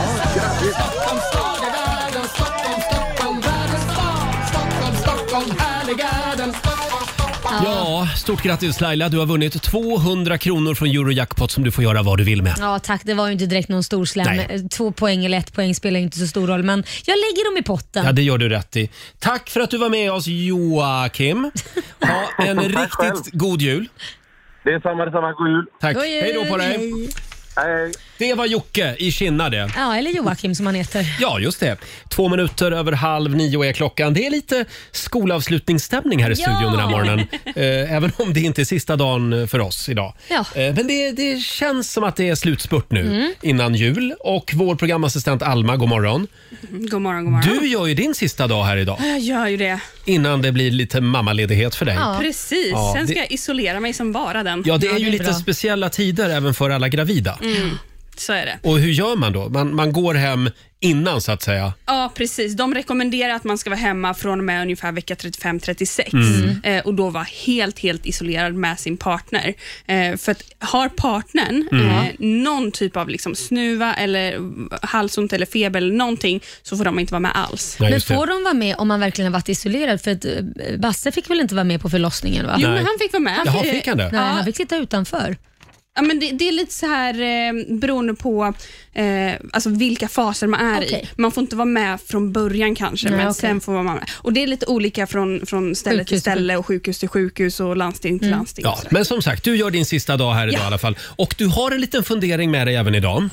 Ja, stort grattis Laila. Du har vunnit tvåhundra kronor från Eurojackpot som du får göra vad du vill med. Ja tack, det var ju inte direkt någon stor slam. Nej. Två poäng eller ett poäng spelar ju inte så stor roll, men jag lägger dem i potten. Ja, det gör du rätt i. Tack för att du var med oss Joakim. Ha en Tack själv. riktigt god jul. Det är samma, det är samma. God jul. Tack. God jul. Hej då på dig. Hej. Hej. Det var Jocke i Kinna det. Ja, eller Joakim som han heter. Ja, just det. Två minuter över halv nio är klockan. Det är lite skolavslutningsstämning här i studion Ja. den här morgonen. Eh, även om det inte är sista dagen för oss idag. Ja. Eh, men det, det känns som att det är slutspurt nu Mm. innan jul. Och vår programassistent Alma, god morgon. God morgon, god morgon. Du gör ju din sista dag här idag. Jag gör ju det. Innan det blir lite mammaledighet för dig. Ja. Precis. Ja, Sen ska det- jag isolera mig som bara den. Ja, det är ju lite speciella tider även för alla gravida. Mm. Så är det. Och hur gör man då? Man, man går hem innan så att säga. Ja, precis. De rekommenderar att man ska vara hemma från och med ungefär vecka trettiofem trettiosex Mm. eh, och då vara helt, helt isolerad med sin partner. Eh, för att har partnern Mm. eh, någon typ av liksom snuva eller halsont eller feber eller någonting, så får de inte vara med alls. Men får de vara med om man verkligen har varit isolerad? För att eh, Basse fick väl inte vara med på förlossningen? Va? Jo, men han fick vara med. Jaha, fick han det? Nej, Ja. han fick sitta utanför. Ja, men det, det är lite så här eh, beroende på eh, alltså vilka faser man är Okej. i. Man får inte vara med från början kanske, Nej, men okej. sen får man vara med. Och det är lite olika från, från ställe Sjukhus till till ställe och sjukhus till sjukhus och landsting till Mm. landsting. Ja, men som sagt, du gör din sista dag här idag Ja. i alla fall. Och du har en liten fundering med dig även idag.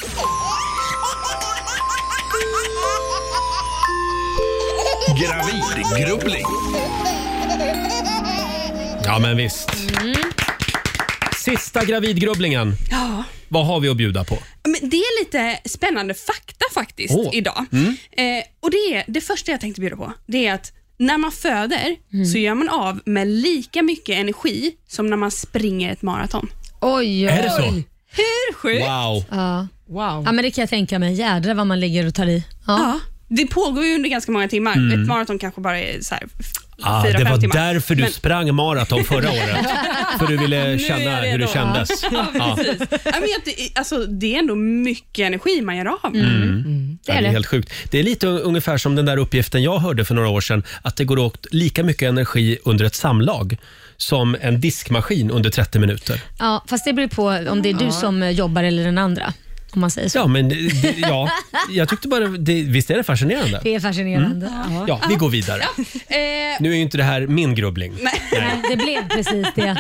Gravidgrubbling. Ja, men visst. Sista gravidgrubblingen. Ja. Vad har vi att bjuda på? Men det är lite spännande fakta faktiskt Åh. idag. Mm. Eh, och det, är, det första jag tänkte bjuda på, det är att när man föder så gör man av med lika mycket energi som när man springer ett maraton. Oj, Är det så? Hur sjukt? Wow. Ja. Wow. Ja, men det kan jag tänka mig. Jädrar vad man ligger och tar i. Ja. Ja. Det pågår ju under ganska många timmar. Mm. Ett maraton kanske bara är så här f- Ah, fyra, det fem var timmar. därför du Men- sprang maraton förra året. För du ville Nu känna är jag hur det redo. kändes. Ja, Ja. precis. Ja, men jag, alltså, det är ändå mycket energi man gör av. Mm. Det Ja, är det är det. helt sjukt. Det är lite un- ungefär som den där uppgiften jag hörde för några år sedan, att det går åt lika mycket energi under ett samlag som en diskmaskin under trettio minuter. Ja, fast det beror på om det är du som jobbar eller den andra. Om man säger så. Ja, men det, ja, jag tyckte bara, det, visst är det fascinerande? Det är fascinerande. Ja. Ja, vi går vidare. Eh, Nu är ju inte det här min grubbling. Nej. Nej, det blev precis det.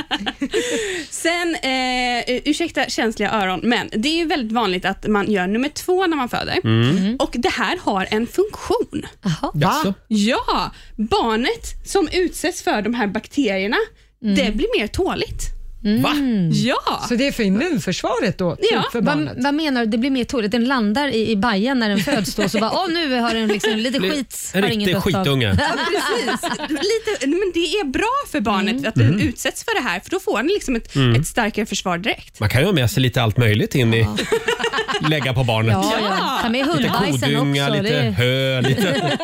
Sen, eh, ursäkta känsliga öron, men det är ju väldigt vanligt att man gör nummer två när man föder. Mm. Och det här har en funktion. Jaha. Jaså? Ja, barnet som utsätts för de här bakterierna, det blir mer tåligt. Va? Ja. Så det är för immunförsvaret då? Typ Ja. för Vad, barnet? vad menar du? Det blir mer tåligt. Den landar i, i bajan när den föds då, så bara, åh nu har den liksom lite Blir skit. en har ingen riktig dött av. skitunge. Ja, precis. Lite, men det är bra för barnet att den utsätts för det här, för då får den liksom ett, ett starkare försvar direkt. Man kan ju ha med sig lite allt möjligt in i, lägga på barnet. Ja, ja. Ta med Lite hundbajsen kodynga, också. lite Det är, hö, lite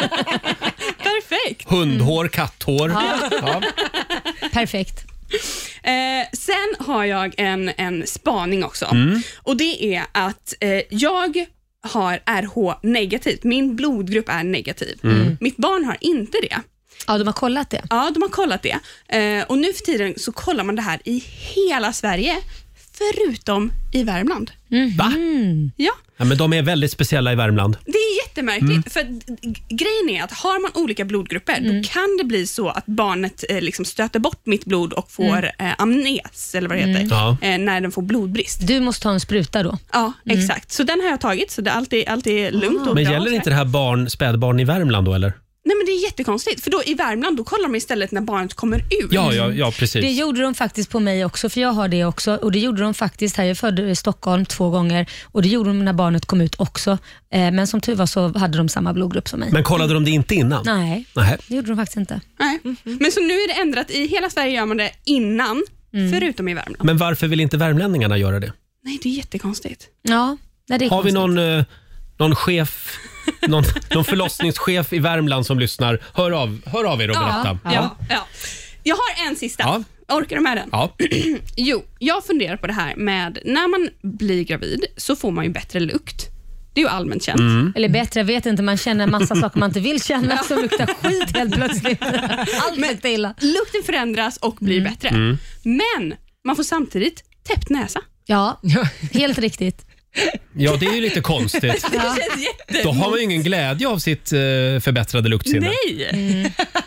Perfekt. hundhår, katthår. Ja. perfekt. Eh, sen har jag en, en spaning också. Mm. Och det är att eh, jag har R H negativt. Min blodgrupp är negativ. Mm. Mitt barn har inte det. Ja, de har kollat det. Ja, de har kollat det. Eh, och nu för tiden så kollar man det här i hela Sverige, förutom i Värmland. Va? Ja, Ja, men de är väldigt speciella i Värmland. det är jättemärkligt. För att g- grejen är att har man olika blodgrupper, då kan det bli så att barnet eh, liksom stöter bort mitt blod och får eh, amnes, eller vad det heter, Ja. eh, när den får blodbrist. Du måste ta en spruta då. Ja, exakt. Så den har jag tagit, så det är alltid, alltid lugnt och Men bra. gäller inte det här barn, spädbarn i Värmland då eller? Nej, men det är jättekonstigt, för då i Värmland då kollar de istället när barnet kommer ut. Ja, ja, ja precis. Det gjorde de faktiskt på mig också, för jag har det också. Och det gjorde de faktiskt här. Jag födde i Stockholm två gånger och det gjorde de när barnet kom ut också. Eh, men som tur var så hade de samma blodgrupp som mig. Men kollade de det inte innan? Nej, Nej. det gjorde de faktiskt inte. Nej. Men så nu är det ändrat. I hela Sverige gör man det innan, förutom i Värmland. Men varför vill inte värmlänningarna göra det? Nej, det är jättekonstigt. Ja, nej, det är Har vi konstigt. någon, eh, någon chef, någon, någon förlossningschef i Värmland som lyssnar? Hör av, hör av er och berätta. Ja, ja, ja. Jag har en sista. Ja. Orkar du med den? Ja. Jo, jag funderar på det här med när man blir gravid så får man ju bättre lukt. Det är ju allmänt känt. Mm. Eller bättre, jag vet inte, man känner en massa saker man inte vill känna som luktar skit helt plötsligt. Allt luktar illa. Lukten förändras och blir bättre. Mm. Men man får samtidigt täppt näsa. Ja, helt riktigt. Ja, det är ju lite konstigt. Det känns jätte... Då har man ju ingen glädje av sitt eh, förbättrade luktsinne. Nej!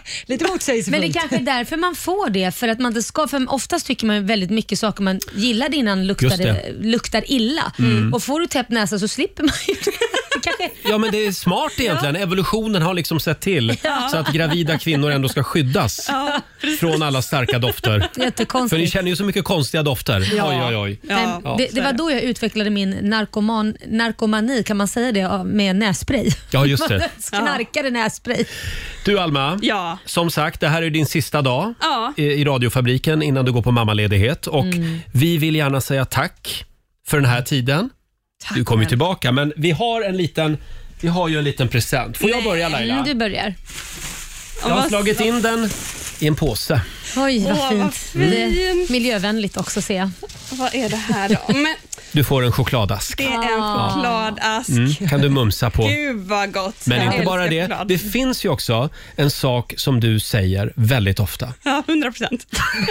Lite motsägelsefullt. Men det kanske är därför man får det, för att man inte ska, för oftast tycker man väldigt mycket saker man gillade innan luktar, luktar illa. Mm. Och får du täppt näsa så slipper man ju det. Kanske... Ja, men det är smart egentligen. Ja. Evolutionen har liksom sett till ja. så att gravida kvinnor ändå ska skyddas ja, från alla starka dofter. För ni känner ju så mycket konstiga dofter. Ja. Oj, oj, oj. Ja. Ja. Det, det var då jag utvecklade min narkoman, narkomani, kan man säga det, med nässpray. Ja, just det. Knarkade nässpray. Du Alma, ja. som sagt, det här är din sista dag ja. i, i radiofabriken innan du går på mammaledighet. Och mm. vi vill gärna säga tack för den här tiden. Tack. Du kommer ju tillbaka, men vi har en liten vi har ju en liten present. Får jag börja, Laila? Mm, du börjar. Jag har slagit in den i en påse. Oj, vad Åh, fint. vad fint. Det är miljövänligt också, ser jag. Vad är det här då? Men du får en chokladask. det är en chokladask. Mm, kan du mumsa på. Gud vad gott. Men jag inte bara det. choklad. Det finns ju också en sak som du säger väldigt ofta. Ja, hundra procent.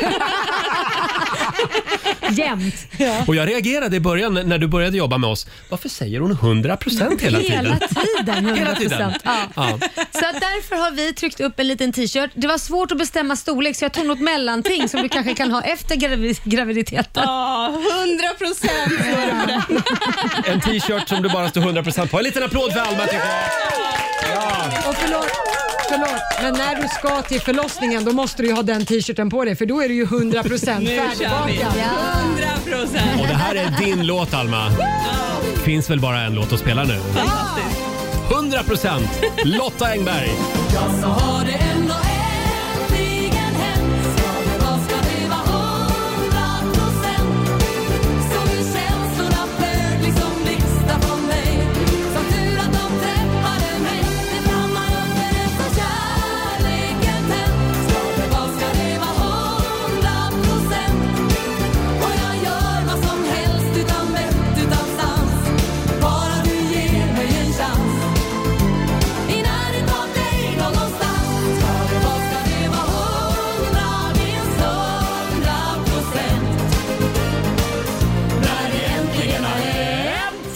Jämt. Ja. Och jag reagerade i början när du började jobba med oss. Varför säger hon hundra procent hela tiden? Hela tiden. hundra procent. Hela tiden. Ja. Ja. Så att därför har vi tryckt upp en liten t-shirt. Det var svårt att bestämma storlek, så jag tog något mellanting som du kanske kan ha efter gravid- graviditeten. Ja, hundra procent. En t-shirt som du bara står hundra procent på. En liten applåd för Alma, tycker jag. Ja. Och förlåt, förlåt, men när du ska till förlossningen då måste du ju ha den t-shirten på dig, för då är du ju hundra procent färdigbakad. hundra procent. Och det här är din låt, Alma. Finns väl bara en låt att spela nu. Fantastiskt. hundra procent Lotta Engberg. Ja, så har det ändå äntligen hänt. Ska det vara, ska det vara hundra procent. Så nu känslorna flög liksom blixtar från mig. Som tur att de träffade mig. Det flammar under efter kärleken tänd. Ska det vara, ska det vara hundra procent. Och jag gör vad som helst utan vett, utan sans. Bara du ger mig en chans. I närheten av dig någonstans. Ska det vara, ska det vara hundra, minst hundra procent. När det äntligen har hänt.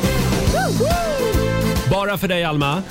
Bara för dig, Alma.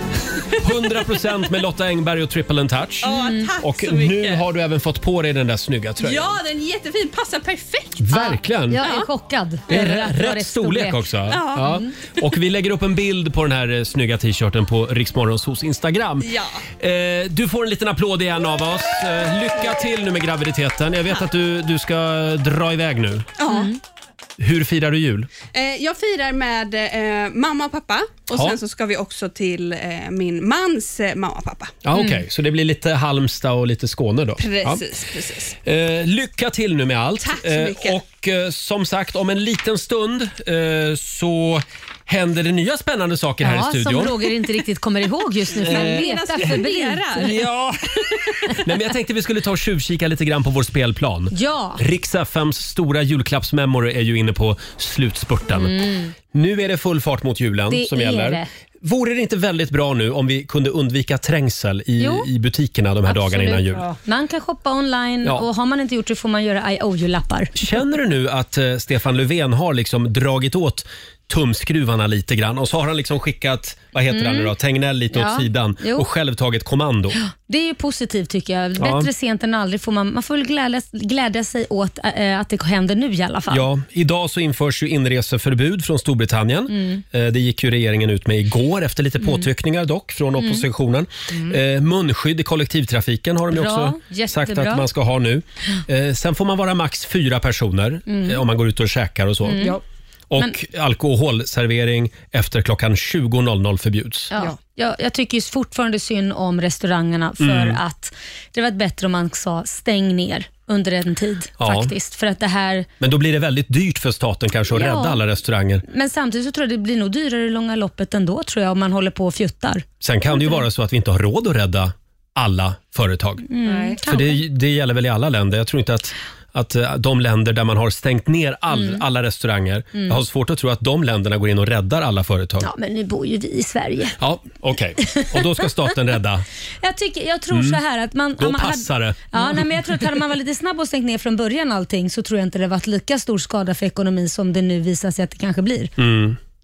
hundra procent med Lotta Engberg och Triple and Touch. Ja, tack Och så mycket. nu har du även fått på dig den där snygga tröjan. Ja, den är jättefin. Passar perfekt. Verkligen. Jag är chockad. Det är över rä- att det var rätt storlek också. Ja. Ja. Och vi lägger upp en bild på den här eh, snygga t-shirten på Riksmorgonsos Instagram. Ja. Eh, du får en liten applåd igen av oss. Eh, lycka till nu med graviditeten. Jag vet att du, du ska dra iväg nu. Ja. Hur firar du jul? Eh, jag firar med eh, mamma och pappa och Ja. sen så ska vi också till eh, min mans eh, mamma och pappa. Ja, okej. Okay. Så det blir lite Halmstad och lite Skåne då? Precis, Ja. precis. Eh, lycka till nu med allt. Tack så mycket. Eh, och eh, som sagt, om en liten stund eh, så händer det nya spännande saker här i Ja, studion. som Roger inte riktigt kommer ihåg just nu. För han Eh, letar febrilt. Ja. Nej, men jag tänkte vi skulle ta och tjuvkika lite grann på vår spelplan. Ja. Rix F M:s stora julklappsmemory är ju inne på slutspurten. Mm. Nu är det full fart mot julen Det som är gäller. det. Vore det inte väldigt bra nu om vi kunde undvika trängsel i, Jo. i butikerna de här dagarna innan jul? Ja. Man kan shoppa online Ja. och har man inte gjort det får man göra I O U-lappar. Känner du nu att eh, Stefan Löfven har liksom dragit åt tumskruvarna lite grann och så har han liksom skickat, vad heter Mm. han nu då, Tegnell lite Ja. åt sidan Jo. och själv tagit kommando? Det är ju positivt tycker jag. Ja. Bättre sent än aldrig. Får man, man får väl glädja, glädja sig åt äh, att det händer nu i alla fall. Ja, idag så införs ju inreseförbud från Storbritannien. Mm. Eh, Det gick ju regeringen ut med igår efter lite Mm. påtryckningar dock från Mm. oppositionen. Eh, Munskydd i kollektivtrafiken har de ju Bra, också jättebra. sagt att man ska ha nu. Eh, Sen får man vara max fyra personer Mm. eh, om man går ut och käkar och så. Mm. Ja. Och alkoholservering efter klockan tjugo noll noll förbjuds. Ja. Jag, jag tycker ju fortfarande synd om restaurangerna för Mm. att det var bättre om man sa stäng ner under en tid Ja. faktiskt. För att det här, Men då blir det väldigt dyrt för staten kanske att Ja. rädda alla restauranger. men samtidigt så tror jag det blir nog dyrare i långa loppet ändå tror jag om man håller på och fjuttar. Sen kan det ju vara så att vi inte har råd att rädda alla företag. Mm, För det, det gäller väl i alla länder. Jag tror inte att, att eh, de länder där man har stängt ner all, Mm. alla restauranger, Mm. jag har svårt att tro att de länderna går in och räddar alla företag. Ja, men nu bor ju vi i Sverige. Ja, okej. Och då ska staten rädda. Jag, tycker, jag tror Mm. så här att man... Då om man passar det. Ja, nej, men jag tror att hade man varit lite snabb och stängt ner från början allting så tror jag inte det varit lika stor skada för ekonomin som det nu visar sig att det kanske blir. Mm.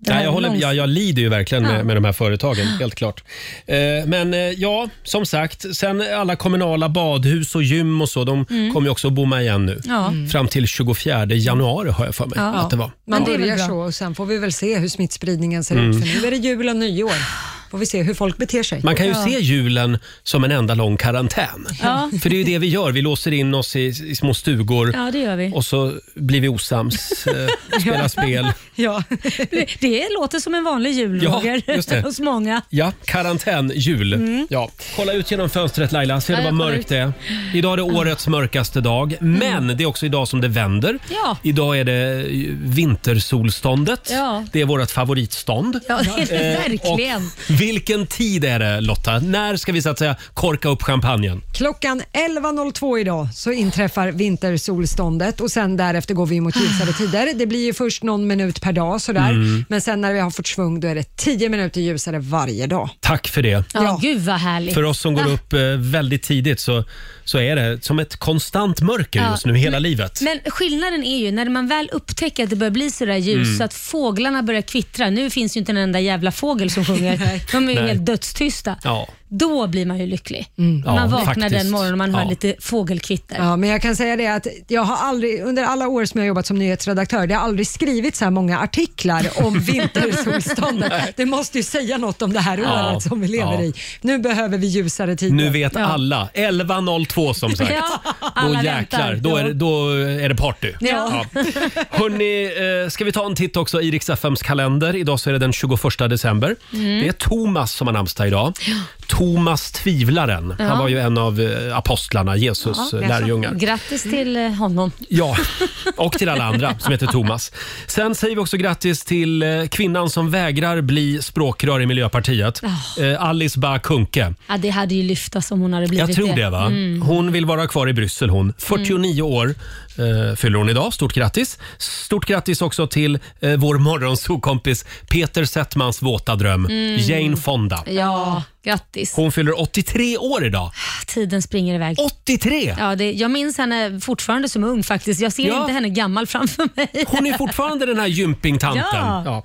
Nej, jag, håller, jag, jag lider ju verkligen Ja. med, med de här företagen, helt klart. Eh, men eh, ja, som sagt, sen alla kommunala badhus och gym och så, de Mm. kommer ju också att bomma igen nu. Ja. Mm. Fram till tjugofjärde januari har jag för mig Ja. att det var. Man det är väl börjar bra. så och sen får vi väl se hur smittspridningen ser Mm. ut. För nu är det jul och nyår. Får vi se hur folk beter sig. Man kan ju Ja. se julen som en enda lång karantän. Ja. För det är ju det vi gör. Vi låser in oss i, i små stugor Ja, det gör vi. och så blir vi osams, eh, spelar spel. Ja. Det, det låter som en vanlig jul, Ja, Roger, just det. hos många. Ja, karantänjul. Mm. Ja. Kolla ut genom fönstret Laila, ser Ja, du vad jag kollar mörkt ut. det är? Idag är det årets mörkaste dag, men det är också idag som det vänder. Ja. Idag är det vintersolståndet. Ja. Det är vårt favoritstånd. Ja, det är det Eh, verkligen. Och vilken tid är det Lotta? När ska vi så att säga korka upp champagnen? Klockan elva noll två idag så inträffar vintersolståndet och sen därefter går vi mot ljusare tider. Det blir ju först någon minut per dag sådär. Mm. Men sen när vi har fått svung då är det tio minuter ljusare varje dag. Tack för det. Ja, gud vad härligt. För oss som går Ja. upp eh, väldigt tidigt så, så är det som ett konstant mörker Ja. just nu hela livet. Men skillnaden är ju när man väl upptäcker att det börjar bli sådär ljus Mm. så att fåglarna börjar kvittra. Nu finns ju inte en enda jävla fågel som sjunger. De är ju Nej. helt dödstysta. Ja. Då blir man ju lycklig. Mm. Man Ja, vaknar faktiskt. den morgonen och man hör Ja. lite fågelkvitter. Ja, men jag kan säga det att jag har aldrig, under alla år som jag har jobbat som nyhetsredaktör, det har aldrig skrivit så här många artiklar om vintersolståndet. Det måste ju säga något om det här Ja. året som vi lever Ja. i. Nu behör vi ljusare tider. Nu vet Ja. alla. elva noll två som sagt. Ja, Då alla jäklar, väntar. då är, det, då är det party. Ja. Hörrni, eh, ska vi ta en titt också i Rix F M:s kalender. Idag så är det den tjugoförsta december. Mm. Det är Thomas som har namnsdag idag. Thomas tvivlaren. Ja. Han var ju en av eh, apostlarna, Jesus Ja, eh, lärjungar. Grattis till eh, honom. Ja, och till alla andra som heter Thomas. Sen säger vi också grattis till eh, kvinnan som vägrar bli språkrör i Miljöpartiet. Eh, Alice Bah Kuhnke. Ja, det hade ju lyftas om hon hade blivit Jag tror det va? Mm. Hon vill vara kvar i Bryssel hon. fyrtionio år eh, fyller hon idag. Stort grattis. Stort grattis också till eh, vår morgonsokompis Peter Settmans våta dröm, Mm. Jane Fonda. Ja, grattis. Hon fyller åttiotre år idag. Tiden springer iväg. åttiotre? Ja, det, jag minns henne fortfarande som ung faktiskt. Jag ser Ja. inte henne gammal framför mig. Hon är fortfarande den här gympingtanten. Ja. Ja.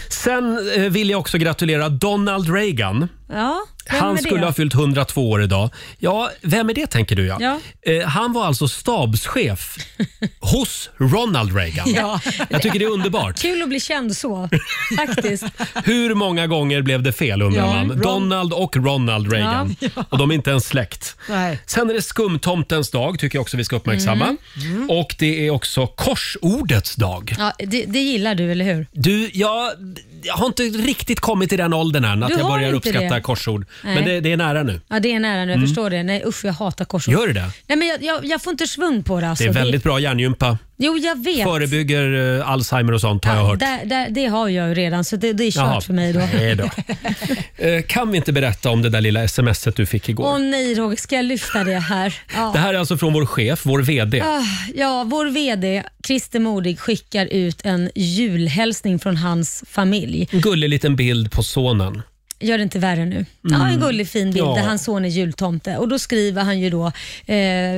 Sen eh, vill jag också gratulera Donald Reagan. Ja, vem Han är skulle det? ha fyllt hundratvå år idag. Ja, vem är det tänker du? Ja. Ja. Eh, han var alltså stabschef hos Ronald Reagan. Ja. Jag tycker det är underbart. Kul att bli känd så, faktiskt. Hur många gånger blev det fel undrar Ja, man? Ron- Donald och Ronald Reagan. Ja. Och de är inte ens släkt. Nej. Sen är det skumtomtens dag, tycker jag också vi ska uppmärksamma. Mm. Och det är också korsordets dag. Ja, det, det gillar du, eller hur? Du, jag, jag har inte riktigt kommit till den åldern än att Du jag har börjar inte uppskatta det. korsord. Nej. Men det, det är nära nu. Ja, det är nära nu. Jag Mm. förstår det. Nej, usch, jag hatar korsord. Gör du det? Nej, men jag, jag, jag får inte svung på det. Alltså. Det är väldigt bra hjärngympa. Jo, jag vet. Förebygger eh, Alzheimer och sånt har jag hört. Där, där, det har jag ju redan, så det, det är kört Jaha. för mig då. Nej då. Eh, Kan vi inte berätta om det där lilla smset du fick igår? Åh nej Roger, ska jag lyfta det här? Ja. Det här är alltså från vår chef, vår V D. Ah, ja, vår V D Christer Modig skickar ut en julhälsning från hans familj. En gullig liten bild på sonen. Gör det inte värre nu. Ja, Mm. en gullig fin bild Ja. där hans son är jultomte. Och då skriver han ju då, eh,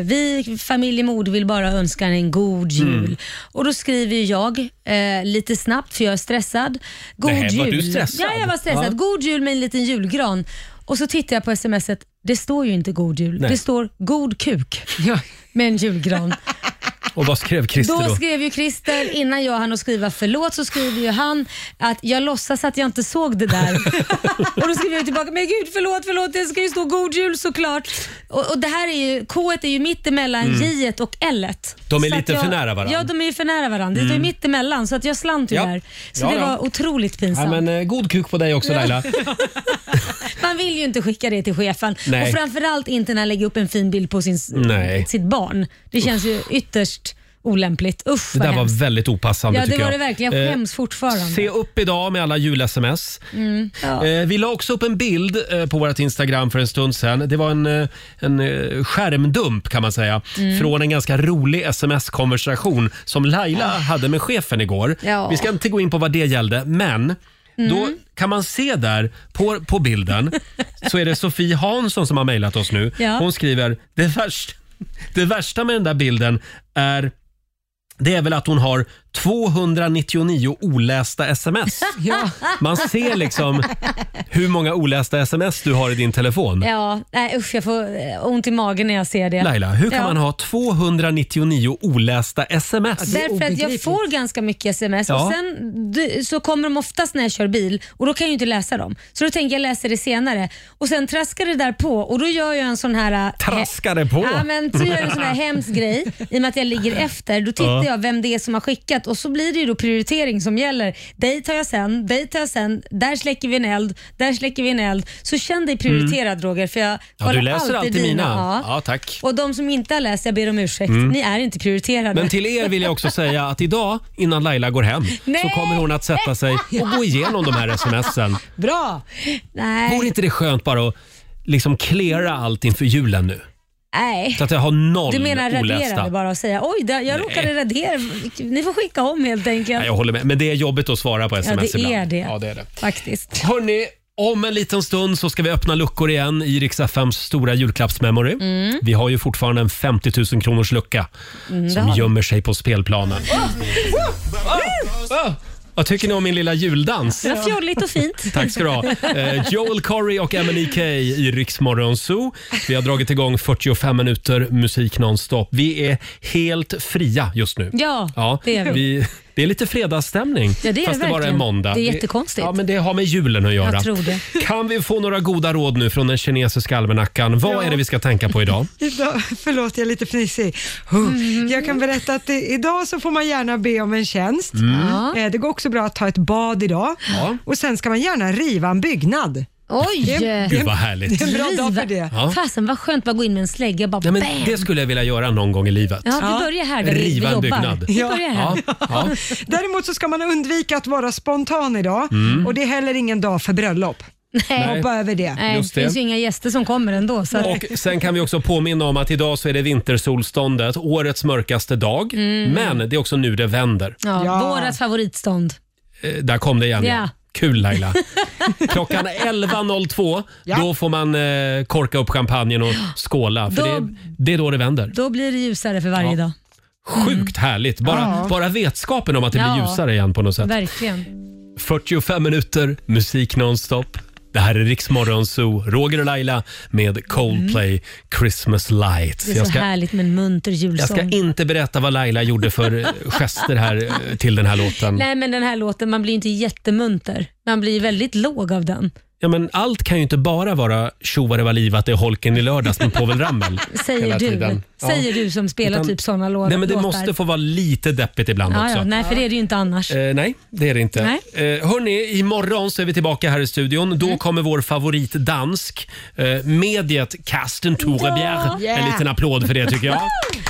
vi familj Modig vill bara önska en god jul. Mm. Och då skriver ju jag eh, lite snabbt för jag är stressad. God Nej, var jul. du stressad? Ja, jag var stressad. Ja. God jul med en liten julgran. Och så tittar jag på smset. Det står ju inte god jul. Nej. Det står god kuk med en julgran. Och vad skrev Christer då? Då skrev ju Christer, innan jag hann att skriva förlåt, så skrev ju han att jag låtsas att jag inte såg det där. Och då skrev jag tillbaka, men gud förlåt, förlåt, det ska ju stå god jul såklart. Och, och det här är ju, K är ju mitt emellan Mm. J och L. De är Så lite att jag, för nära varandra. Ja, de är ju för nära varandra. Det Mm. står ju mitt emellan, så att jag slant ju Ja. där. Så Ja, det ja. var otroligt Ja, pinsamt. men, eh, god kuk på dig också Laila. Man vill ju inte skicka det till chefen. Nej. Och framförallt inte när han lägger upp en fin bild på sin, Nej. sitt barn. Det känns ju ytterst olämpligt. Usch, Det vad där var hemskt. väldigt opassande Ja, det tycker var jag. det verkligen. Jag Eh, skäms fortfarande. Se upp idag med alla jul-sms. Mm. Ja. Eh, vi la också upp en bild eh, på vårt Instagram för en stund sedan. Det var en, eh, en eh, skärmdump kan man säga Mm. från en ganska rolig sms-konversation som Laila hade med chefen igår. Ja. Vi ska inte gå in på vad det gällde, men då Mm. kan man se där på, på bilden så är det Sofie Hansson som har mejlat oss nu. Ja. Hon skriver, det värsta, det värsta med den där bilden är det är väl att hon har tvåhundranittionio olästa sms. Ja. Man ser liksom hur många olästa sms du har i din telefon. Ja, nej, usch, jag får eh, ont i magen när jag ser det. Laila, hur kan ja. man ha tvåhundranittionio olästa sms? Därför att jag får ganska mycket sms Ja. och sen du, så kommer de oftast när jag kör bil och då kan jag ju inte läsa dem. Så då tänker jag läsa det senare och sen traskar det där på och då gör jag en sån här... Traskar det på? Ja, men så gör jag en sån här hemsk grej i och med att jag ligger efter. Då tittar Ja. jag vem det är som har skickat och så blir det ju då prioritering som gäller. Dig tar jag sen, dig tar jag sen, där släcker vi en eld, där släcker vi en eld. Så känn dig prioriterad Roger, för jag Ja, kollar du läser alltid dina. mina. Ja. Ja, tack. Och de som inte har läst, jag ber om ursäkt. Mm. Ni är inte prioriterade. Men till er vill jag också säga att idag, innan Laila går hem, Nej. så kommer hon att sätta sig och gå igenom de här smsen. Bra! Nej. Vore inte det skönt bara att liksom cleara allt inför julen nu? Nej. Så att jag har noll Du menar radera olästa. det bara och säga oj, där, jag råkade radera. Ni får skicka om helt enkelt. Nej, jag håller med. Men det är jobbigt att svara på Ja, sms det ibland. är det. Ja, det är det. Faktiskt. Hörrni, om en liten stund så ska vi öppna luckor igen i Rix F M:s stora julklappsmemory. Mm. Vi har ju fortfarande en femtio tusen kronors lucka Mm, det som har vi. gömmer sig på spelplanen. Oh! Vad tycker ni om min lilla juldans? Det var fjolligt och fint. Tack ska du ha. Eh, Joel Corey och Emily Kay i Rix Morgon Zoo. Vi har dragit igång fyrtiofem minuter musik nonstop. Vi är helt fria just nu. Ja, det är vi. vi. Det är lite fredagsstämning, Ja, det är fast det det bara är verkligen. måndag. Det är jättekonstigt. Ja, men det har med julen att göra. Jag tror det. Kan vi få några goda råd nu från den kinesiska almanackan? Vad Ja. är det vi ska tänka på idag? Idag, förlåt, jag är lite fnissig. Huh. Jag kan berätta att det, idag så får man gärna be om en tjänst. Mm. Eh, Det går också bra att ta ett bad idag. Ja. Och sen ska man gärna riva en byggnad. Oj! Det är- Gud vad härligt. Det är en bra dag för det. Ja. Fasen vad skönt att gå in med en slägga bara Ja, men bam! det skulle jag vilja göra någon gång i livet. Ja, vi börjar här där vi, vi Riva en jobbar. byggnad. Vi börjar här. Ja, ja. Däremot så ska man undvika att vara spontan idag Mm. och det är heller ingen dag för bröllop. Nej. Hoppa över det. Nej, Just det det. finns ju inga gäster som kommer ändå. Så. Och sen kan vi också påminna om att idag så är det vintersolståndet, årets mörkaste dag. Mm. Men det är också nu det vänder. Ja, Ja. Vårat favoritstånd. Eh, Där kom det igen. Ja. Kul Laila. Klockan elva noll två, Ja. då får man eh, korka upp champagnen och skåla. För Då- det, det är då det vänder. Då blir det ljusare för varje Ja. dag. Sjukt härligt. Bara, Ja. bara vetskapen om att det Ja. blir ljusare igen på något sätt. Verkligen. fyrtiofem minuter musik nonstop. Det här är Rix Morgon Zoo. Roger och Laila med Coldplay Christmas Lights. Det är Jag så ska, härligt med en munter jag julsång. ska inte berätta vad Laila gjorde för eh, gester här eh, till den här låten. Nej, men den här låten, man blir inte jättemunter. Man blir väldigt låg av den. Ja, men allt kan ju inte bara vara tjo vad det var livat, det är holken i lördags med Povel Ramel. Säger hela du. tiden. Ja. Säger du som spelar Utan- typ såna låtar. Nej, men det måste få vara lite deppigt ibland ja, också. ja, nej, för det är det ju inte annars. Eh, nej, det är det inte. Nej. Eh, hörni, imorgon så är vi tillbaka här i studion. Då kommer vår favoritdansk, eh, mediet Carsten Torebjer. Ja. En liten applåd för det tycker jag.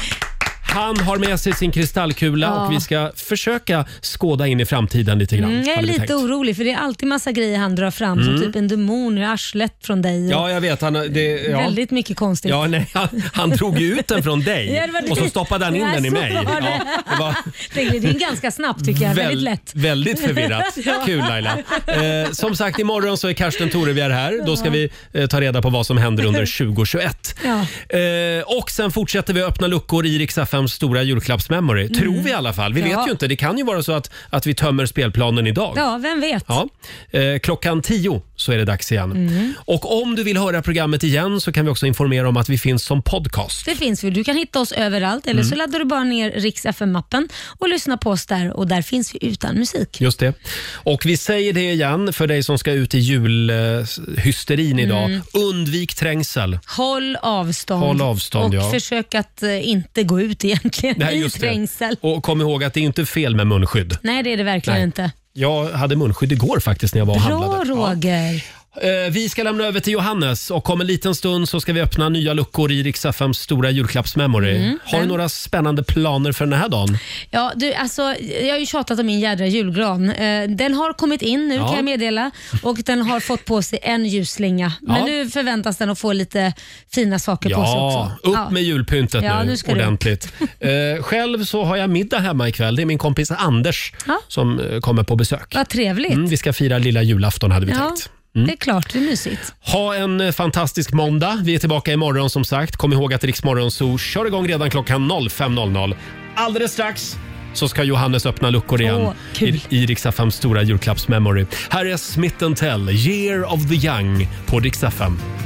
Han har med sig sin kristallkula Ja. och vi ska försöka skåda in i framtiden lite grann. Mm, jag är hade vi lite tänkt. orolig för det är alltid massa grejer han drar fram som Mm. typ en demon i arslet från dig. Ja, jag vet. Han, det, ja. Väldigt mycket konstigt. Ja, nej, han, han drog ju ut den från dig Ja, det var det. och så stoppade han in Ja, den i så mig. var det. Ja, det var Det det är ganska snabbt tycker jag. Väldigt lätt. Väldigt förvirrat. Ja. Kul Laila. Eh, som sagt, imorgon så är Karsten Torebjer här. Då ska vi eh, ta reda på vad som händer under tjugohundratjugoett. Ja. Eh, och sen fortsätter vi att öppna luckor i Rix F M:s stora julklappsmemory. Mm. Tror vi i alla fall. Vi Ja. vet ju inte. Det kan ju vara så att, att vi tömmer spelplanen idag. Ja, vem vet? Ja. Eh, klockan tio så är det dags igen. Mm. Och om du vill höra programmet igen så kan vi också informera om att vi finns som podcast. Det finns vi. Du kan hitta oss överallt eller Mm. så laddar du bara ner Rix F M-appen och lyssnar på oss där och där finns vi utan musik. Just det. Och vi säger det igen för dig som ska ut i julhysterin idag. Mm. Undvik trängsel. Håll avstånd. Håll avstånd, och ja. försök att eh, inte gå ut egentligen Nej, i just det. trängsel. Och kom ihåg att det är inte fel med munskydd. Nej, det är det verkligen Nej. inte. Jag hade munskydd igår faktiskt när jag var och Bra handlade. Roger. Eh, Vi ska lämna över till Johannes och om en liten stund så ska vi öppna nya luckor i Rix F M:s stora julklappsmemory. Mm. Har du Den- några spännande planer för den här dagen? Ja, du, alltså, jag har ju tjatat om min jädra julgran. Eh, den har kommit in nu Ja. kan jag meddela och den har fått på sig en ljusslinga. Men Ja. nu förväntas den att få lite fina saker på sig Ja, också. upp med julpyntet Ja, nu, nu ska det upp. ordentligt. Eh, själv så har jag middag hemma ikväll. Det är min kompis Anders Ja. som eh, kommer på besök. Vad trevligt. Mm, vi ska fira lilla julafton hade vi ja, tänkt. Mm. det är klart. Det är mysigt. Ha en eh, fantastisk måndag. Vi är tillbaka imorgon som sagt. Kom ihåg att Rix Morgon Zoo kör igång redan klockan noll fem noll noll. Alldeles strax så ska Johannes öppna luckor igen Åh, kul. i, i Rix F M:s stora julklappsmemory. Här är Smith and Tell, Year of the Young på Rix F M.